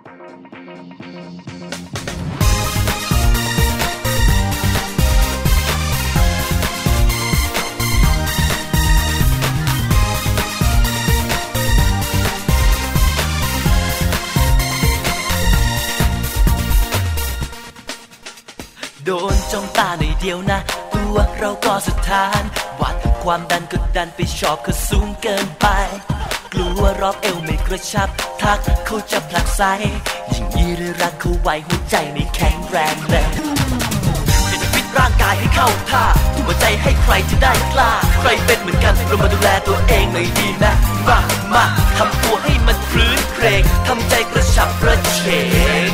โดนจ้องตาในเดียวนะตัวเราก็สุดทานวัดความดันก็ดันไปชอบเขาสูงเกินไปกลัวรอบเอวไม่กระชับทักเขาจะผลักไสยิ่งยีเรือรักเขาไว้หัวใจไม่แข็งแรงเลยเป็นฟิตร่างกายให้เข้าท่าทุ่มหัวใจให้ใครจะได้กล้าใครเป็นเหมือนกันเรามาดูแลตัวเองหน่อยดีนะมามาทำตัวให้มันพลื้นเครงทำใจกระฉับกระเฉง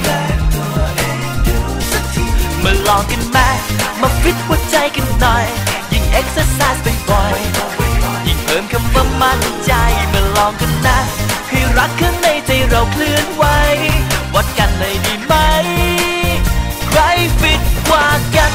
มาลองกันไหมมาฟิตหัวใจกันหน่อยยิ่งเอ็กซ์ไซส์บ่อยๆยิ่งเพิ่มคำว่ามั่นใจมาลองกันนะให้รักข้างในใจเราเคลื่อนไหววัดกันเลยดีไหมใครฟิตกว่ากัน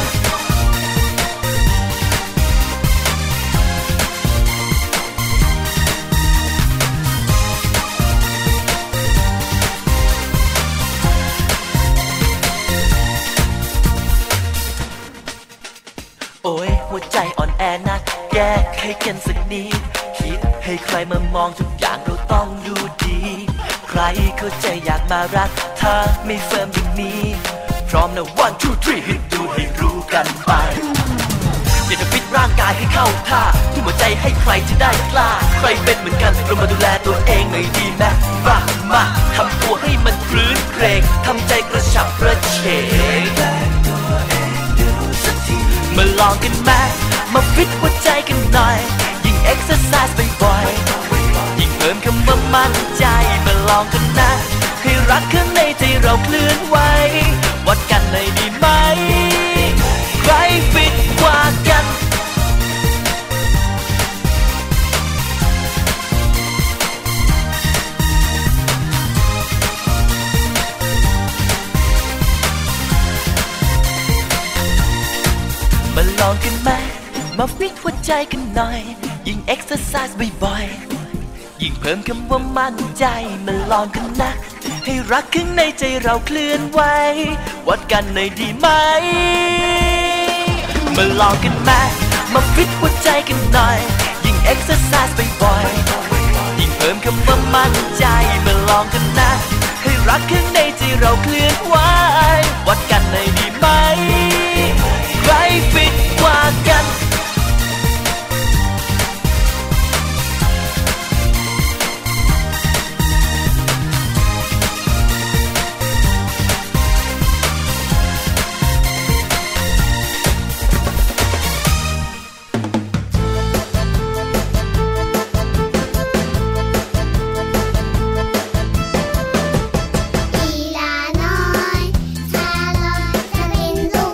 โอ้ยหัวใจอ่อนแอนะแก้ไขกันสักนิดคิดให้ใครมามองทุกอย่างเราต้องดูดีใครเข้าใจอยากมารักถ้าไม่เฟิร์มอย่างนี้พร้อมนะ one two three ให้ดูให้รู้กันไปอยากจะฟิตร่างกายให้เข้าท่าทุ่มหัวใจให้ใครจะได้กล้าใครเป็นเหมือนกันเรามาดูแลตัวเองหน่อยดีไหมมามาทำตัวให้มันพลื้นเครงทำใจกระฉับกระเฉงมาลองกันไหมมาฟิตหัวใจกันหน่อยยิ่งเอ็กซ์ไซส์บ่อยๆยิ่งเพิ่มคำว่ามั่นใจมาลองกันนะให้รักข้างในใจเราเคลื่อนไหววัดกันเลยดีไหมใครฟิตกว่ากันมาลองกันไหมมาฟิตหัวใจกันหน่อยยิ่งเอ็กซ์ไซส์บ่อยๆยิ่งเพิ่มคำว่ามั่นใจมาลองกันนะให้รักข้างในใจเราเคลื่อนไหววัดกันหน่อยดีไหมมาลองกันไหมมาฟิตหัวใจกันหน่อยยิ่งเอ็กซ์ไซส์บ่อยๆยิ่งเพิ่มคำว่ามั่นใจมาลองกันนะให้รักข้างในใจเราเคลื่อนไหววัดกันหน่อยดีไหมใครฟิตกว่ากันลีลาน้อยชาลอตสลินลูก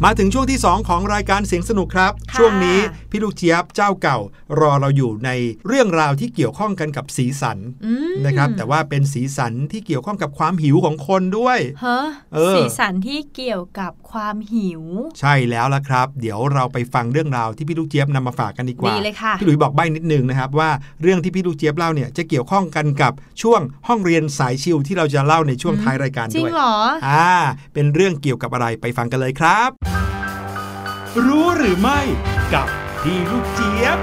มาถึงช่วงที่สองของรายการเสียงสนุกครับช่วงนี้พี่ลูกเจี๊ยบเจ้าเก่ารอเราอยู่ในเรื่องราวที่เกี่ยวข้องกันกับสีสันนะครับแต่ว่าเป็นสีสันที่เกี่ยวข้องกับความหิวของคนด้วยฮะสีสันที่เกี่ยวกับความหิวใช่แล้วล่ะครับเดี๋ยวเราไปฟังเรื่องราวที่พี่ลูกเจี๊ยบนำมาฝากกันดีกว่าดีเลยค่ะพี่หลุยบอกใบ้นิดนึงนะครับว่าเรื่องที่พี่ลูกเจี๊ยบเล่าเนี่ยจะเกี่ยวข้องกันกับช่วงห้องเรียนสายชิลที่เราจะเล่าในช่วงท้ายรายการด้วยจริงเหรออ่าเป็นเรื่องเกี่ยวกับอะไรไปฟังกันเลยครับรู้หรือไม่กับพี่ลูกเจี๊ยบ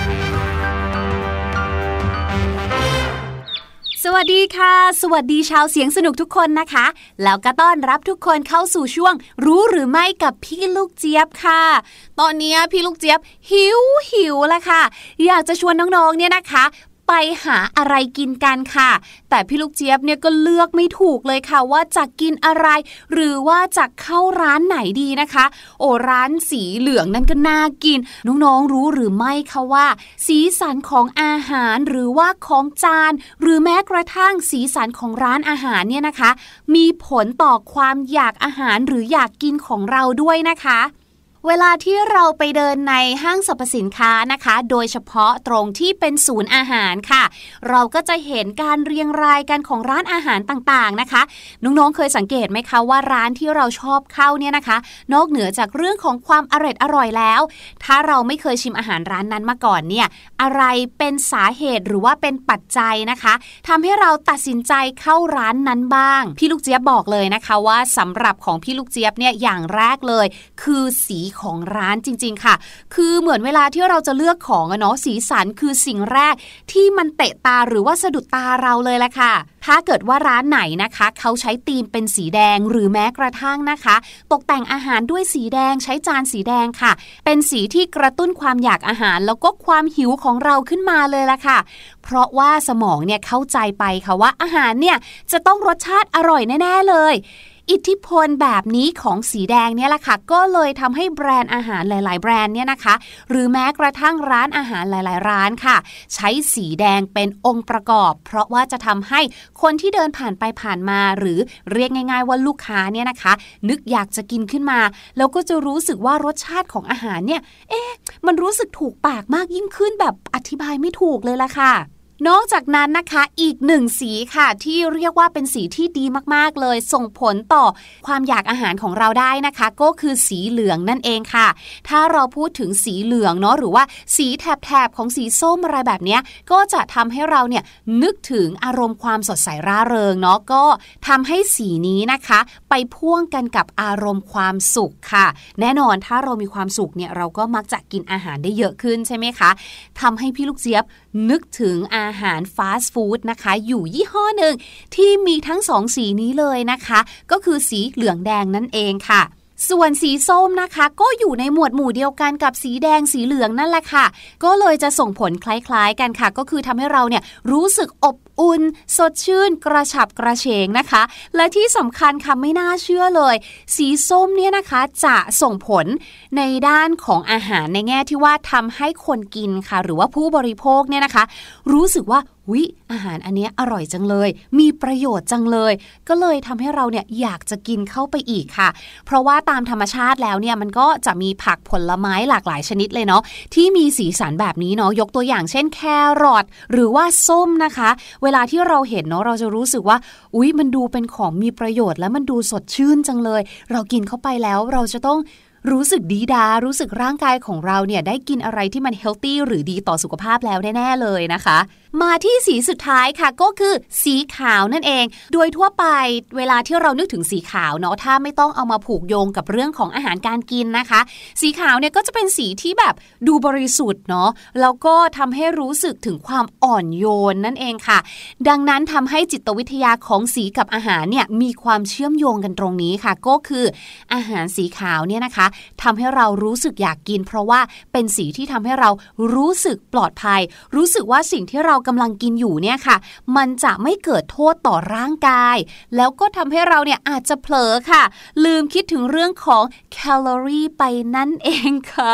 สวัสดีค่ะสวัสดีชาวเสียงสนุกทุกคนนะคะแล้วก็ต้อนรับทุกคนเข้าสู่ช่วงรู้หรือไม่กับพี่ลูกเจี๊ยบค่ะตอนนี้พี่ลูกเจี๊ยบหิวหิวแล้วค่ะอยากจะชวนน้องๆเนี่ยนะคะไปหาอะไรกินกันค่ะแต่พี่ลูกเจี๊ยบเนี่ยก็เลือกไม่ถูกเลยค่ะว่าจะกินอะไรหรือว่าจะเข้าร้านไหนดีนะคะโอ้ร้านสีเหลืองนั่นก็น่ากินน้องๆรู้หรือไม่คะว่าสีสันของอาหารหรือว่าของจานหรือแม้กระทั่งสีสันของร้านอาหารเนี่ยนะคะมีผลต่อความอยากอาหารหรืออยากกินของเราด้วยนะคะเวลาที่เราไปเดินในห้างสรรพสินค้านะคะโดยเฉพาะตรงที่เป็นศูนย์อาหารค่ะเราก็จะเห็นการเรียงรายกันของร้านอาหารต่างๆนะคะน้องๆเคยสังเกตไหมคะว่าร้านที่เราชอบเข้าเนี่ยนะคะนอกเหนือจากเรื่องของความอร่อยอร่อยแล้วถ้าเราไม่เคยชิมอาหารร้านนั้นมาก่อนเนี่ยอะไรเป็นสาเหตุหรือว่าเป็นปัจจัยนะคะทำให้เราตัดสินใจเข้าร้านนั้นบ้างพี่ลูกเจี๊ยบบอกเลยนะคะว่าสำหรับของพี่ลูกเจี๊ยบเนี่ยอย่างแรกเลยคือสีของร้านจริงๆค่ะคือเหมือนเวลาที่เราจะเลือกของอะเนาะสีสันคือสิ่งแรกที่มันเตะตาหรือว่าสะดุดตาเราเลยแหละค่ะถ้าเกิดว่าร้านไหนนะคะเขาใช้ธีมเป็นสีแดงหรือแม้กระทั่งนะคะตกแต่งอาหารด้วยสีแดงใช้จานสีแดงค่ะเป็นสีที่กระตุ้นความอยากอาหารแล้วก็ความหิวของเราขึ้นมาเลยล่ะค่ะเพราะว่าสมองเนี่ยเข้าใจไปค่ะว่าอาหารเนี่ยจะต้องรสชาติอร่อยแน่ๆเลยอิทธิพลแบบนี้ของสีแดงเนี่ยแหละค่ะก็เลยทำให้แบรนด์อาหารหลายๆแบรนด์เนี่ยนะคะหรือแม้กระทั่งร้านอาหารหลายๆร้านค่ะใช้สีแดงเป็นองค์ประกอบเพราะว่าจะทำให้คนที่เดินผ่านไปผ่านมาหรือเรียกง่ายๆว่าลูกค้าเนี่ยนะคะนึกอยากจะกินขึ้นมาแล้วก็จะรู้สึกว่ารสชาติของอาหารเนี่ยเอ๊ะมันรู้สึกถูกปากมากยิ่งขึ้นแบบอธิบายไม่ถูกเลยล่ะค่ะนอกจากนั้นนะคะอีกหนึ่งสีค่ะที่เรียกว่าเป็นสีที่ดีมากๆเลยส่งผลต่อความอยากอาหารของเราได้นะคะก็คือสีเหลืองนั่นเองค่ะถ้าเราพูดถึงสีเหลืองเนาะหรือว่าสีแถบๆของสีส้มอะไรแบบนี้ก็จะทำให้เราเนี่ยนึกถึงอารมณ์ความสดใสร่าเริงเนาะก็ทำให้สีนี้นะคะไปพ่วงกันกับอารมณ์ความสุขค่ะแน่นอนถ้าเรามีความสุขเนี่ยเราก็มักจะกินอาหารได้เยอะขึ้นใช่ไหมคะทำให้พี่ลูกเจี๊ยบนึกถึงอาหารฟาสต์ฟู้ดนะคะอยู่ยี่ห้อหนึ่งที่มีทั้งสองสีนี้เลยนะคะก็คือสีเหลืองแดงนั่นเองค่ะส่วนสีส้มนะคะก็อยู่ในหมวดหมู่เดียวกันกับสีแดงสีเหลืองนั่นแหละค่ะก็เลยจะส่งผลคล้ายๆกันค่ะก็คือทำให้เราเนี่ยรู้สึกอบอุ่นสดชื่นกระฉับกระเฉงนะคะและที่สำคัญค่ะไม่น่าเชื่อเลยสีส้มเนี่ยนะคะจะส่งผลในด้านของอาหารในแง่ที่ว่าทำให้คนกินค่ะหรือว่าผู้บริโภคเนี่ยนะคะรู้สึกว่าวิอาหารอันนี้อร่อยจังเลยมีประโยชน์จังเลยก็เลยทำให้เราเนี่ยอยากจะกินเข้าไปอีกค่ะเพราะว่าตามธรรมชาติแล้วเนี่ยมันก็จะมีผักผลไม้หลากหลายชนิดเลยเนาะที่มีสีสันแบบนี้เนาะยกตัวอย่างเช่นแครอทหรือว่าส้มนะคะเวลาที่เราเห็นเนาะเราจะรู้สึกว่าอุ๊ยมันดูเป็นของมีประโยชน์และมันดูสดชื่นจังเลยเรากินเข้าไปแล้วเราจะต้องรู้สึกดีดารู้สึกร่างกายของเราเนี่ยได้กินอะไรที่มันเฮลตี้หรือดีต่อสุขภาพแล้วแน่ๆเลยนะคะมาที่สีสุดท้ายค่ะก็คือสีขาวนั่นเองโดยทั่วไปเวลาที่เรานึกถึงสีขาวเนาะถ้าไม่ต้องเอามาผูกโยงกับเรื่องของอาหารการกินนะคะสีขาวเนี่ยก็จะเป็นสีที่แบบดูบริสุทธิ์เนาะแล้วก็ทำให้รู้สึกถึงความอ่อนโยนนั่นเองค่ะดังนั้นทำให้จิตวิทยาของสีกับอาหารเนี่ยมีความเชื่อมโยงกันตรงนี้ค่ะก็คืออาหารสีขาวเนี่ยนะคะทำให้เรารู้สึกอยากกินเพราะว่าเป็นสีที่ทำให้เรารู้สึกปลอดภัยรู้สึกว่าสิ่งที่เรากำลังกินอยู่เนี่ยค่ะมันจะไม่เกิดโทษต่อร่างกายแล้วก็ทำให้เราเนี่ยอาจจะเผลอค่ะลืมคิดถึงเรื่องของแคลอรี่ไปนั่นเองค่ะ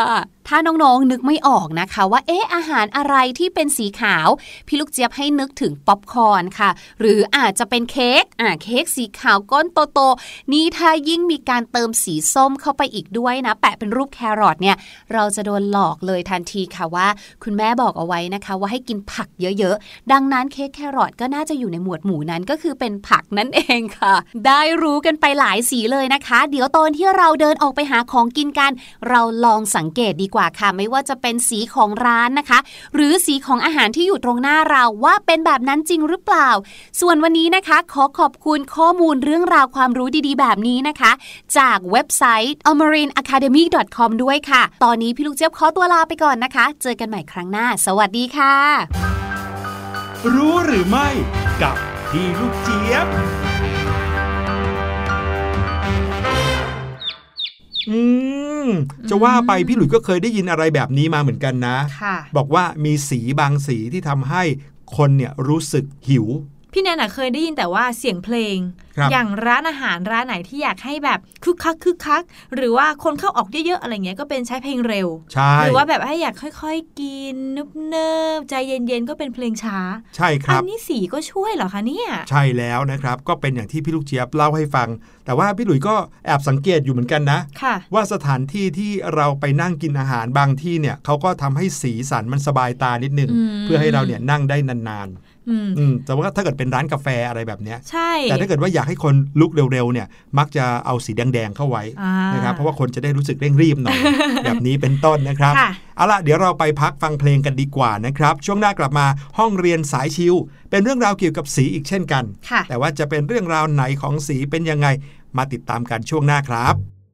ถ้าน้องๆนึกไม่ออกนะคะว่าเอ๊ะอาหารอะไรที่เป็นสีขาวพี่ลูกเจี๊ยบให้นึกถึงป๊อปคอร์นค่ะหรืออาจจะเป็นเค้กอ่าเค้กสีขาวก้นโตๆนี่ถ้ายิ่งมีการเติมสีส้มเข้าไปอีกด้วยนะแปะเป็นรูปแครอทเนี่ยเราจะโดนหลอกเลยทันทีค่ะว่าคุณแม่บอกเอาไว้นะคะว่าให้กินผักเยอะๆดังนั้นเค้กแครอทก็น่าจะอยู่ในหมวดหมู่นั้นก็คือเป็นผักนั่นเองค่ะได้รู้กันไปหลายสีเลยนะคะเดี๋ยวตอนที่เราเดินออกไปหาของกินกันเราลองสังเกตดีกว่าค่ะไม่ว่าจะเป็นสีของร้านนะคะหรือสีของอาหารที่อยู่ตรงหน้าเราว่าเป็นแบบนั้นจริงหรือเปล่าส่วนวันนี้นะคะขอขอบคุณข้อมูลเรื่องราวความรู้ดีๆแบบนี้นะคะจากเว็บไซต์ อมรินอะคาเดมี่ ดอท คอม ด้วยค่ะตอนนี้พี่ลูกเจี๊ยบขอตัวลาไปก่อนนะคะเจอกันใหม่ครั้งหน้าสวัสดีค่ะรู้หรือไม่กับพี่ลูกเจี๊ยบอืมจะว่าไปพี่หลุยส์ก็เคยได้ยินอะไรแบบนี้มาเหมือนกันนะบอกว่ามีสีบางสีที่ทำให้คนเนี่ยรู้สึกหิวพี่แนนเคยได้ยินแต่ว่าเสียงเพลงอย่างร้านอาหารร้านไหนที่อยากให้แบบคึกคักคึกคักหรือว่าคนเข้าออกเยอะๆอะไรเงี้ยก็เป็นใช้เพลงเร็วหรือว่าแบบให้อยากค่อยๆกินเนิบๆใจเย็นๆก็เป็นเพลงช้าใช่ครับอันนี้สีก็ช่วยเหรอคะเนี่ยใช่แล้วนะครับก็เป็นอย่างที่พี่ลูกเจี๊ยบเล่าให้ฟังแต่ว่าพี่หลุยส์ก็แอบสังเกตอยู่เหมือนกันนะว่าสถานที่ที่เราไปนั่งกินอาหารบางที่เนี่ยเขาก็ทำให้สีสันมันสบายตานิดนึงเพื่อให้เราเนี่ยนั่งได้นานๆอืมแต่ว่าถ้าเกิดเป็นร้านกาแฟอะไรแบบเนี้ยใช่แต่ถ้าเกิดว่าอยากให้คนลุกเร็วๆเนี่ยมักจะเอาสีแดงๆเข้าไว้นะครับเพราะว่าคนจะได้รู้สึกเร่งรีบหน่อย แบบนี้เป็นต้นนะครับเอาล่ะเดี๋ยวเราไปพักฟังเพลงกันดีกว่านะครับช่วงหน้ากลับมาห้องเรียนสายชิลเป็นเรื่องราวเกี่ยวกับสีอีกเช่นกันแต่ว่าจะเป็นเรื่องราวไหนของสีเป็นยังไงมาติดตามกันช่วงหน้าครับ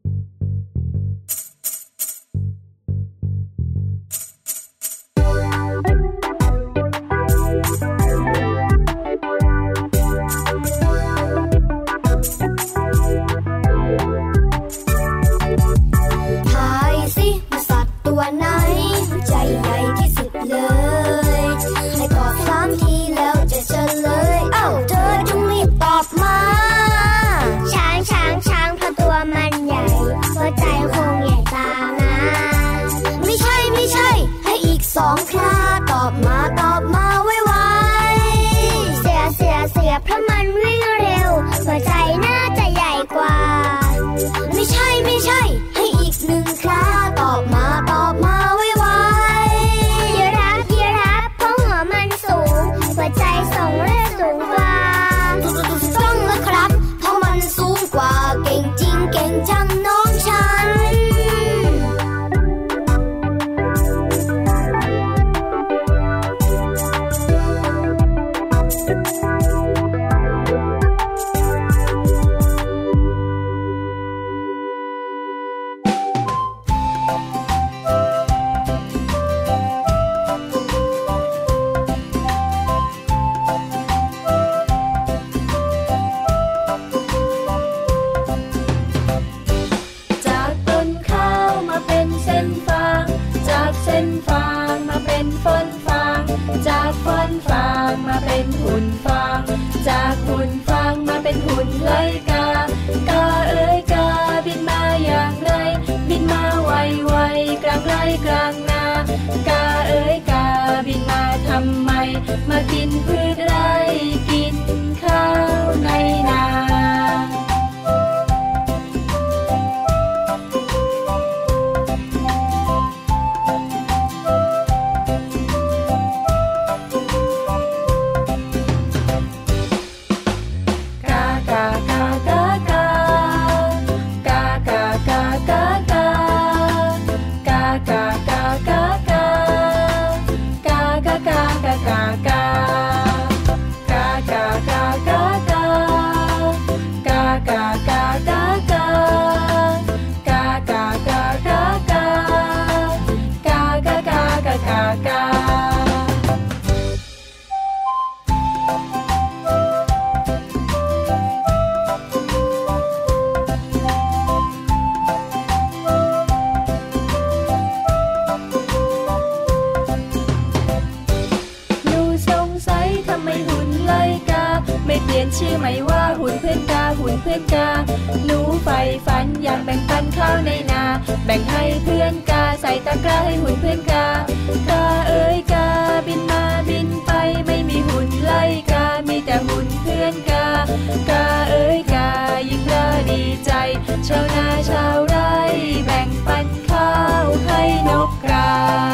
สองคราตอบมาตอบมาไวๆเสียเสียเสียเพราะมันวิ่งเร็วหัวใจน่าจะใหญ่กว่าไม่ใช่ไม่ใช่ให้อีกหนึ่งคราตอบมาตอบมาไวๆยีราฟยีราฟเพราะหัวมันสูงหัวใจส่งเลือดสูงกว่าต้องแล้วครับเพราะมันสูงกว่าเก่งจริงเก่งจังน้องฉันมากินพืชไร่กินข้าวในนา กากากากาชื่อไหมว่าหุ่นเพื่อนกาหุ่นเพื่อนกาหนูใฝ่ฝันอยากแบ่งปันข้าวในนาแบ่งให้เพื่อนกาใส่ตะกร้าให้หุ่นเพื่อนกากาเอ้ยกาบินมาบินไปไม่มีหุ่นไล่กามีแต่หุ่นเพื่อนกากาเอ้ยกายิ่งน่าดีใจชาวนาชาวไร่แบ่งปันข้าวให้นกกา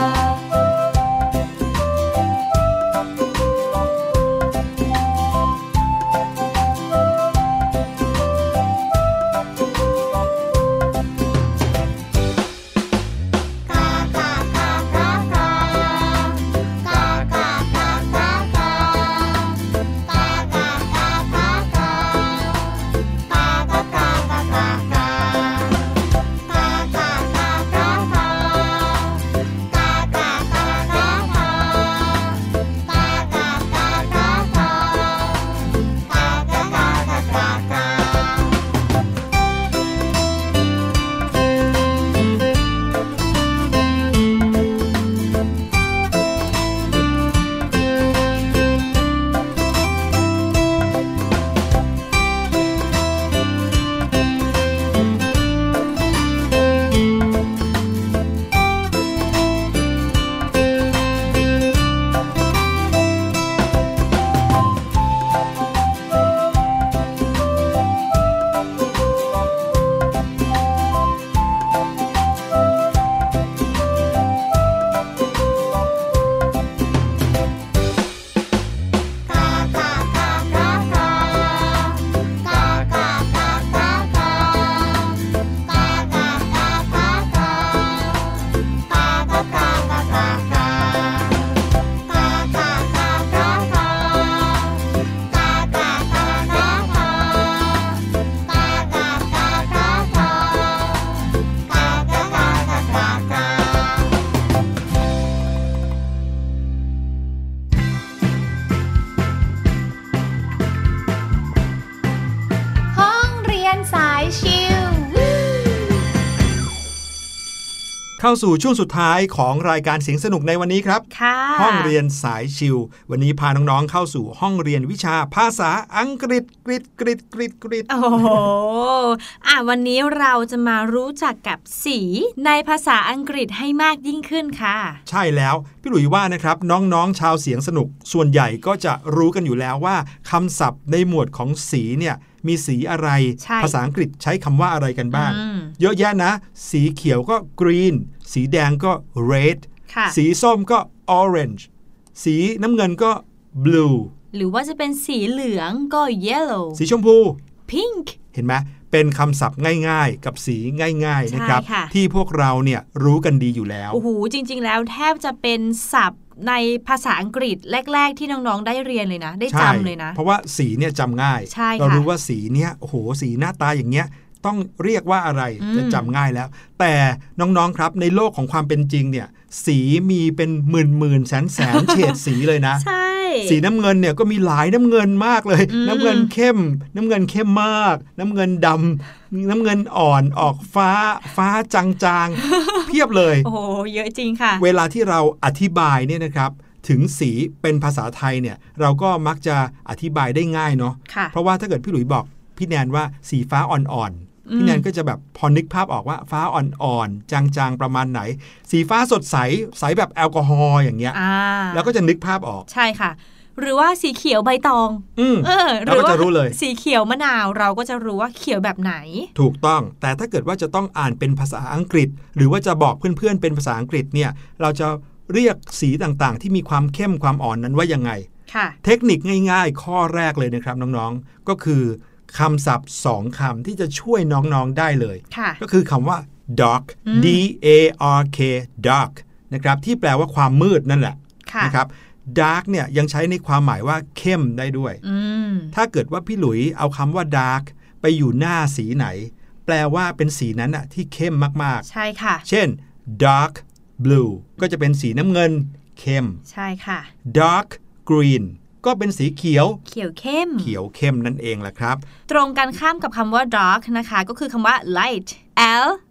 เข้าสู่ช่วงสุดท้ายของรายการเสียงสนุกในวันนี้ครับห้องเรียนสายชิลวันนี้พาน้องๆเข้าสู่ห้องเรียนวิชาภาษาอังกฤษกริดกริดกริดกริดโอ้โหอ่ะวันนี้เราจะมารู้จักกับสีในภาษาอังกฤษให้มากยิ่งขึ้นค่ะใช่แล้วพี่หลุยว่านะครับน้องๆชาวเสียงสนุกส่วนใหญ่ก็จะรู้กันอยู่แล้วว่าคำศัพท์ในหมวดของสีเนี่ยมีสีอะไรภาษาอังกฤษใช้คำว่าอะไรกันบ้างเยอะแยะนะสีเขียวก็ green สีแดงก็ red สีส้มก็ orange สีน้ำเงินก็ blue หรือว่าจะเป็นสีเหลืองก็ yellow สีชมพู pink เห็นไหมเป็นคำศัพท์ง่ายๆกับสีง่ายๆนะครับที่พวกเราเนี่ยรู้กันดีอยู่แล้วโอ้โหจริงๆแล้วแทบจะเป็นศัพท์ในภาษาอังกฤษแรกๆที่น้องๆได้เรียนเลยนะได้จำเลยนะเพราะว่าสีเนี่ยจำง่ายเรารู้ว่าสีเนี่ยโอ้โหสีหน้าตาอย่างเงี้ยต้องเรียกว่าอะไรจะจำง่ายแล้วแต่น้องๆครับในโลกของความเป็นจริงเนี่ยสีมีเป็นหมื่นหมื่นแสนแสนเฉดสีเลยนะใช่สีน้ำเงินเนี่ยก็มีหลายน้ำเงินมากเลยน้ำเงินเข้มน้ำเงินเข้มมากน้ำเงินดำน้ำเงินอ่อนออกฟ้าฟ้าจางๆ เพียบเลยโอ้เยอะจริงค่ะเวลาที่เราอธิบายเนี่ยนะครับถึงสีเป็นภาษาไทยเนี่ยเราก็มักจะอธิบายได้ง่ายเนาะเพราะว่าถ้าเกิดพี่หลุยบอกพี่แนนว่าสีฟ้าอ่อนๆพี่แนนก็จะแบบพอนึกภาพออกว่าฟ้าอ่อนๆจางๆประมาณไหนสีฟ้าสดใสใสแบบแอลกอฮอล์อย่างเงี้ยแล้วก็จะนึกภาพออกใช่ค่ะหรือว่าสีเขียวใบตองอืมเออเราก็จะรู้เลยสีเขียวมะนาวเราก็จะรู้ว่าเขียวแบบไหนถูกต้องแต่ถ้าเกิดว่าจะต้องอ่านเป็นภาษาอังกฤษหรือว่าจะบอกเพื่อนๆเป็นภาษาอังกฤษเนี่ยเราจะเรียกสีต่างๆที่มีความเข้มความอ่อนนั้นว่ายังไงเทคนิคง่ายๆข้อแรกเลยนะครับน้องๆก็คือคำศัพท์สองคำที่จะช่วยน้องๆได้เลยก็คือคำว่า dark d a r k dark นะครับที่แปลว่าความมืดนั่นแหละนะครับ dark เนี่ยยังใช้ในความหมายว่าเข้มได้ด้วยถ้าเกิดว่าพี่หลุยเอาคำว่า dark ไปอยู่หน้าสีไหนแปลว่าเป็นสีนั้นอะที่เข้มมากๆใช่ค่ะเช่น dark blue ก็จะเป็นสีน้ำเงินเข้มใช่ค่ะ dark green ก็เป็นสีเขียวเขียวเข้มเขียวเข้มนั่นเองแหละครับตรงกันข้ามกับคำว่า dark นะคะก็คือคำว่า light L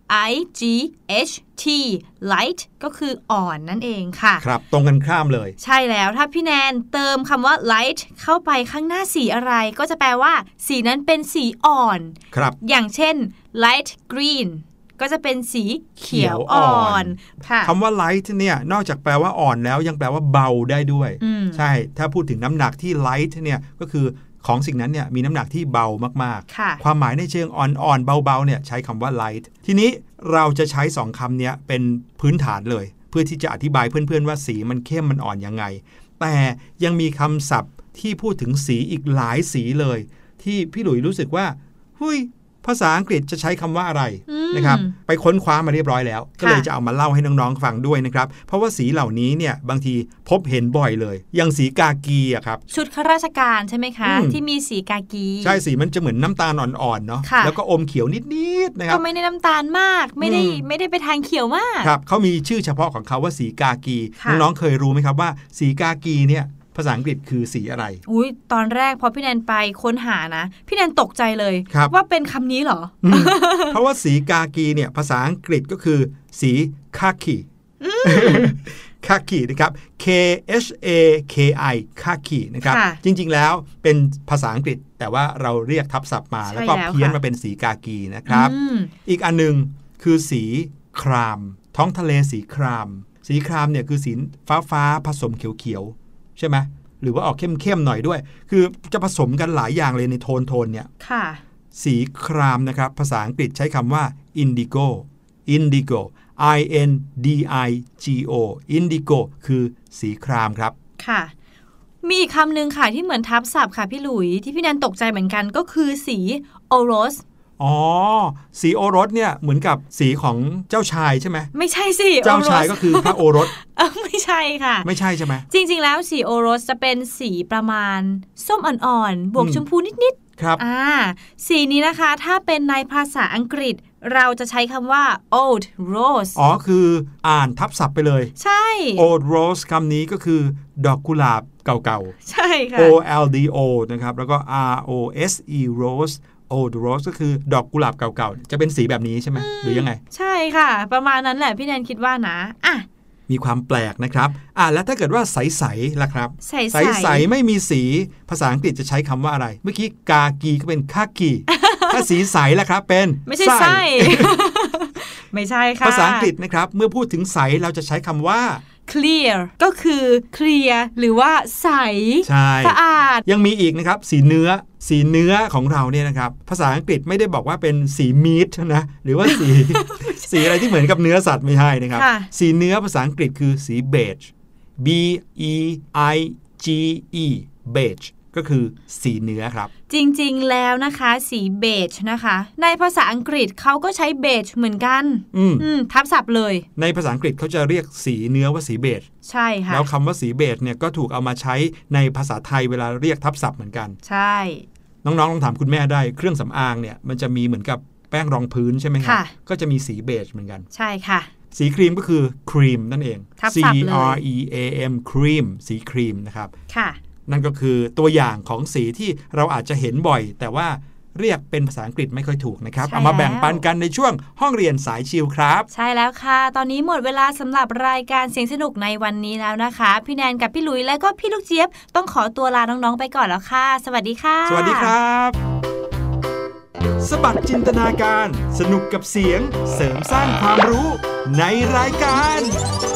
I G H T light ก็คืออ่อนนั่นเองค่ะครับตรงกันข้ามเลยใช่แล้วถ้าพี่แนนเติมคำว่า light เข้าไปข้างหน้าสีอะไรก็จะแปลว่าสีนั้นเป็นสีอ่อนครับอย่างเช่น light green ก็จะเป็นสีเขียวอ่อนค่ะคำว่า light เนี่ยนอกจากแปลว่าอ่อนแล้วยังแปลว่าเบาได้ด้วยใช่ถ้าพูดถึงน้ำหนักที่ light เนี่ยก็คือของสิ่งนั้นเนี่ยมีน้ำหนักที่เบามากๆความหมายในเชิงอ่อนๆเบาๆเนี่ยใช้คำว่า light ทีนี้เราจะใช้สองคำนี้เป็นพื้นฐานเลยเพื่อที่จะอธิบายเพื่อนๆว่าสีมันเข้มมันอ่อนยังไงแต่ยังมีคำศัพท์ที่พูดถึงสีอีกหลายสีเลยที่พี่หลุยรู้สึกว่าเฮ้ยภาษาอังกฤษจะใช้คำว่าอะไรนะครับไปค้นคว้ามาเรียบร้อยแล้วก็เลยจะเอามาเล่าให้น้องๆฟังด้วยนะครับเพราะว่าสีเหล่านี้เนี่ยบางทีพบเห็นบ่อยเลยอย่างสีกากีอะครับชุดข้าราชการใช่ไหมคะที่มีสีกากีใช่สีมันจะเหมือนน้ำตาลอ่อนๆเนาะแล้วก็อมเขียวนิดๆนะครับก็ไม่ได้น้ำตาลมากไม่ได้ไม่ได้ไปทางเขียวมากครับเขามีชื่อเฉพาะของเขาว่าสีกากีน้องๆเคยรู้ไหมครับว่าสีกากีเนี่ยภาษาอังกฤษคือสีอะไรอุ้ยตอนแรกพอพี่แนนไปค้นหานะพี่แนนตกใจเลยว่าเป็นคำนี้เหรอเพราะว่าสีกากีเนี่ยภาษาอังกฤษก็คือสีคาคิคาคินะครับ K H A K I คาคินะครับจริงๆแล้วเป็นภาษาอังกฤษแต่ว่าเราเรียกทับศัพท์มาแล้วก็เพี้ยนมาเป็นสีกากีนะครับอีกอันนึงคือสีครามท้องทะเลสีครามสีครามเนี่ยคือสีฟ้าฟ้าผสมเขียวใช่ไหมหรือว่าออกเข้มๆหน่อยด้วยคือจะผสมกันหลายอย่างเลยในโทนโทนเนี่ยค่ะสีครามนะครับภาษาอังกฤษใช้คำว่า indigo indigo I N D I G O indigo คือสีครามครับค่ะมีอีกคำหนึ่งค่ะที่เหมือนทับศัพท์ค่ะพี่หลุยที่พี่แนนตกใจเหมือนกันก็คือสีโอโรสอ๋อสีโอรสเนี่ยเหมือนกับสีของเจ้าชายใช่ไหมไม่ใช่สิเจ้าชายก็คือพระโอรสไม่ใช่ค่ะไม่ใช่ใช่ไหมจริงๆแล้วสีโอรสจะเป็นสีประมาณส้มอ่อนๆบวกชมพูนิดๆครับอ่าสีนี้นะคะถ้าเป็นในภาษาอังกฤษเราจะใช้คำว่า old rose อ๋อคืออ่านทับศัพท์ไปเลยใช่ old rose คำนี้ก็คือดอกกุหลาบเก่าๆใช่ค่ะ O L D O นะครับแล้วก็ R O S E rose old rose ก็คือดอกกุหลาบเก่าๆจะเป็นสีแบบนี้ใช่ไหมหรือยังไงใช่ค่ะประมาณนั้นแหละพี่แนนคิดว่านะอ่ะมีความแปลกนะครับอ่ะแล้วถ้าเกิดว่าใสๆล่ะครับใสๆไม่มีสีภาษาอังกฤษจะใช้คำว่าอะไรเมื่อกี้กากีก็เป็นคากีถ้าสีใสล่ะครับเป็นไม่ใช่ใสไม่ใช่ค่ะภาษาอังกฤษนะครับเมื่อพูดถึงใสเราจะใช้คำว่า clear ก็คือเคลียร์หรือว่าใสสะอาดยังมีอีกนะครับสีเนื้อสีเนื้อของเราเนี่ยนะครับภาษาอังกฤษไม่ได้บอกว่าเป็นสีมีทนะหรือว่าสี สีอะไรที่เหมือนกับเนื้อสัตว์ไม่ใช่นะครับสีเนื้อภาษาอังกฤษคือสีเบจ B E I G E beige ก็คือสีเนื้อครับจริงๆแล้วนะคะสีเบจนะคะในภาษาอังกฤษเขาก็ใช้เบจเหมือนกันอืมทับศัพท์เลยในภาษาอังกฤษเขาจะเรียกสีเนื้อว่าสีเบจใช่ค่ะแล้วคำว่าสีเบจเนี่ยก็ถูกเอามาใช้ในภาษาไทยเวลาเรียกทับศัพท์เหมือนกันใช่น้องๆลองถามคุณแม่ได้เครื่องสำอางเนี่ยมันจะมีเหมือนกับแป้งรองพื้นใช่ไหมครับก็จะมีสีเบจเหมือนกันใช่ค่ะสีครีมก็คือครีมนั่นเอง C R E A M ครีมสีครีมนะครับค่ะนั่นก็คือตัวอย่างของสีที่เราอาจจะเห็นบ่อยแต่ว่าเรียกเป็นภาษาอังกฤษไม่ค่อยถูกนะครับเอามาแบ่งปันกันในช่วงห้องเรียนสายชิลครับใช่แล้วค่ะตอนนี้หมดเวลาสำหรับรายการเสียงสนุกในวันนี้แล้วนะคะพี่แนนกับพี่หลุยและก็พี่ลูกเจี๊ยบต้องขอตัวลาน้องๆไปก่อนแล้วค่ะสวัสดีค่ะสวัสดีครับสบัดจินตนาการสนุกกับเสียงเสริมสร้างความรู้ในรายการ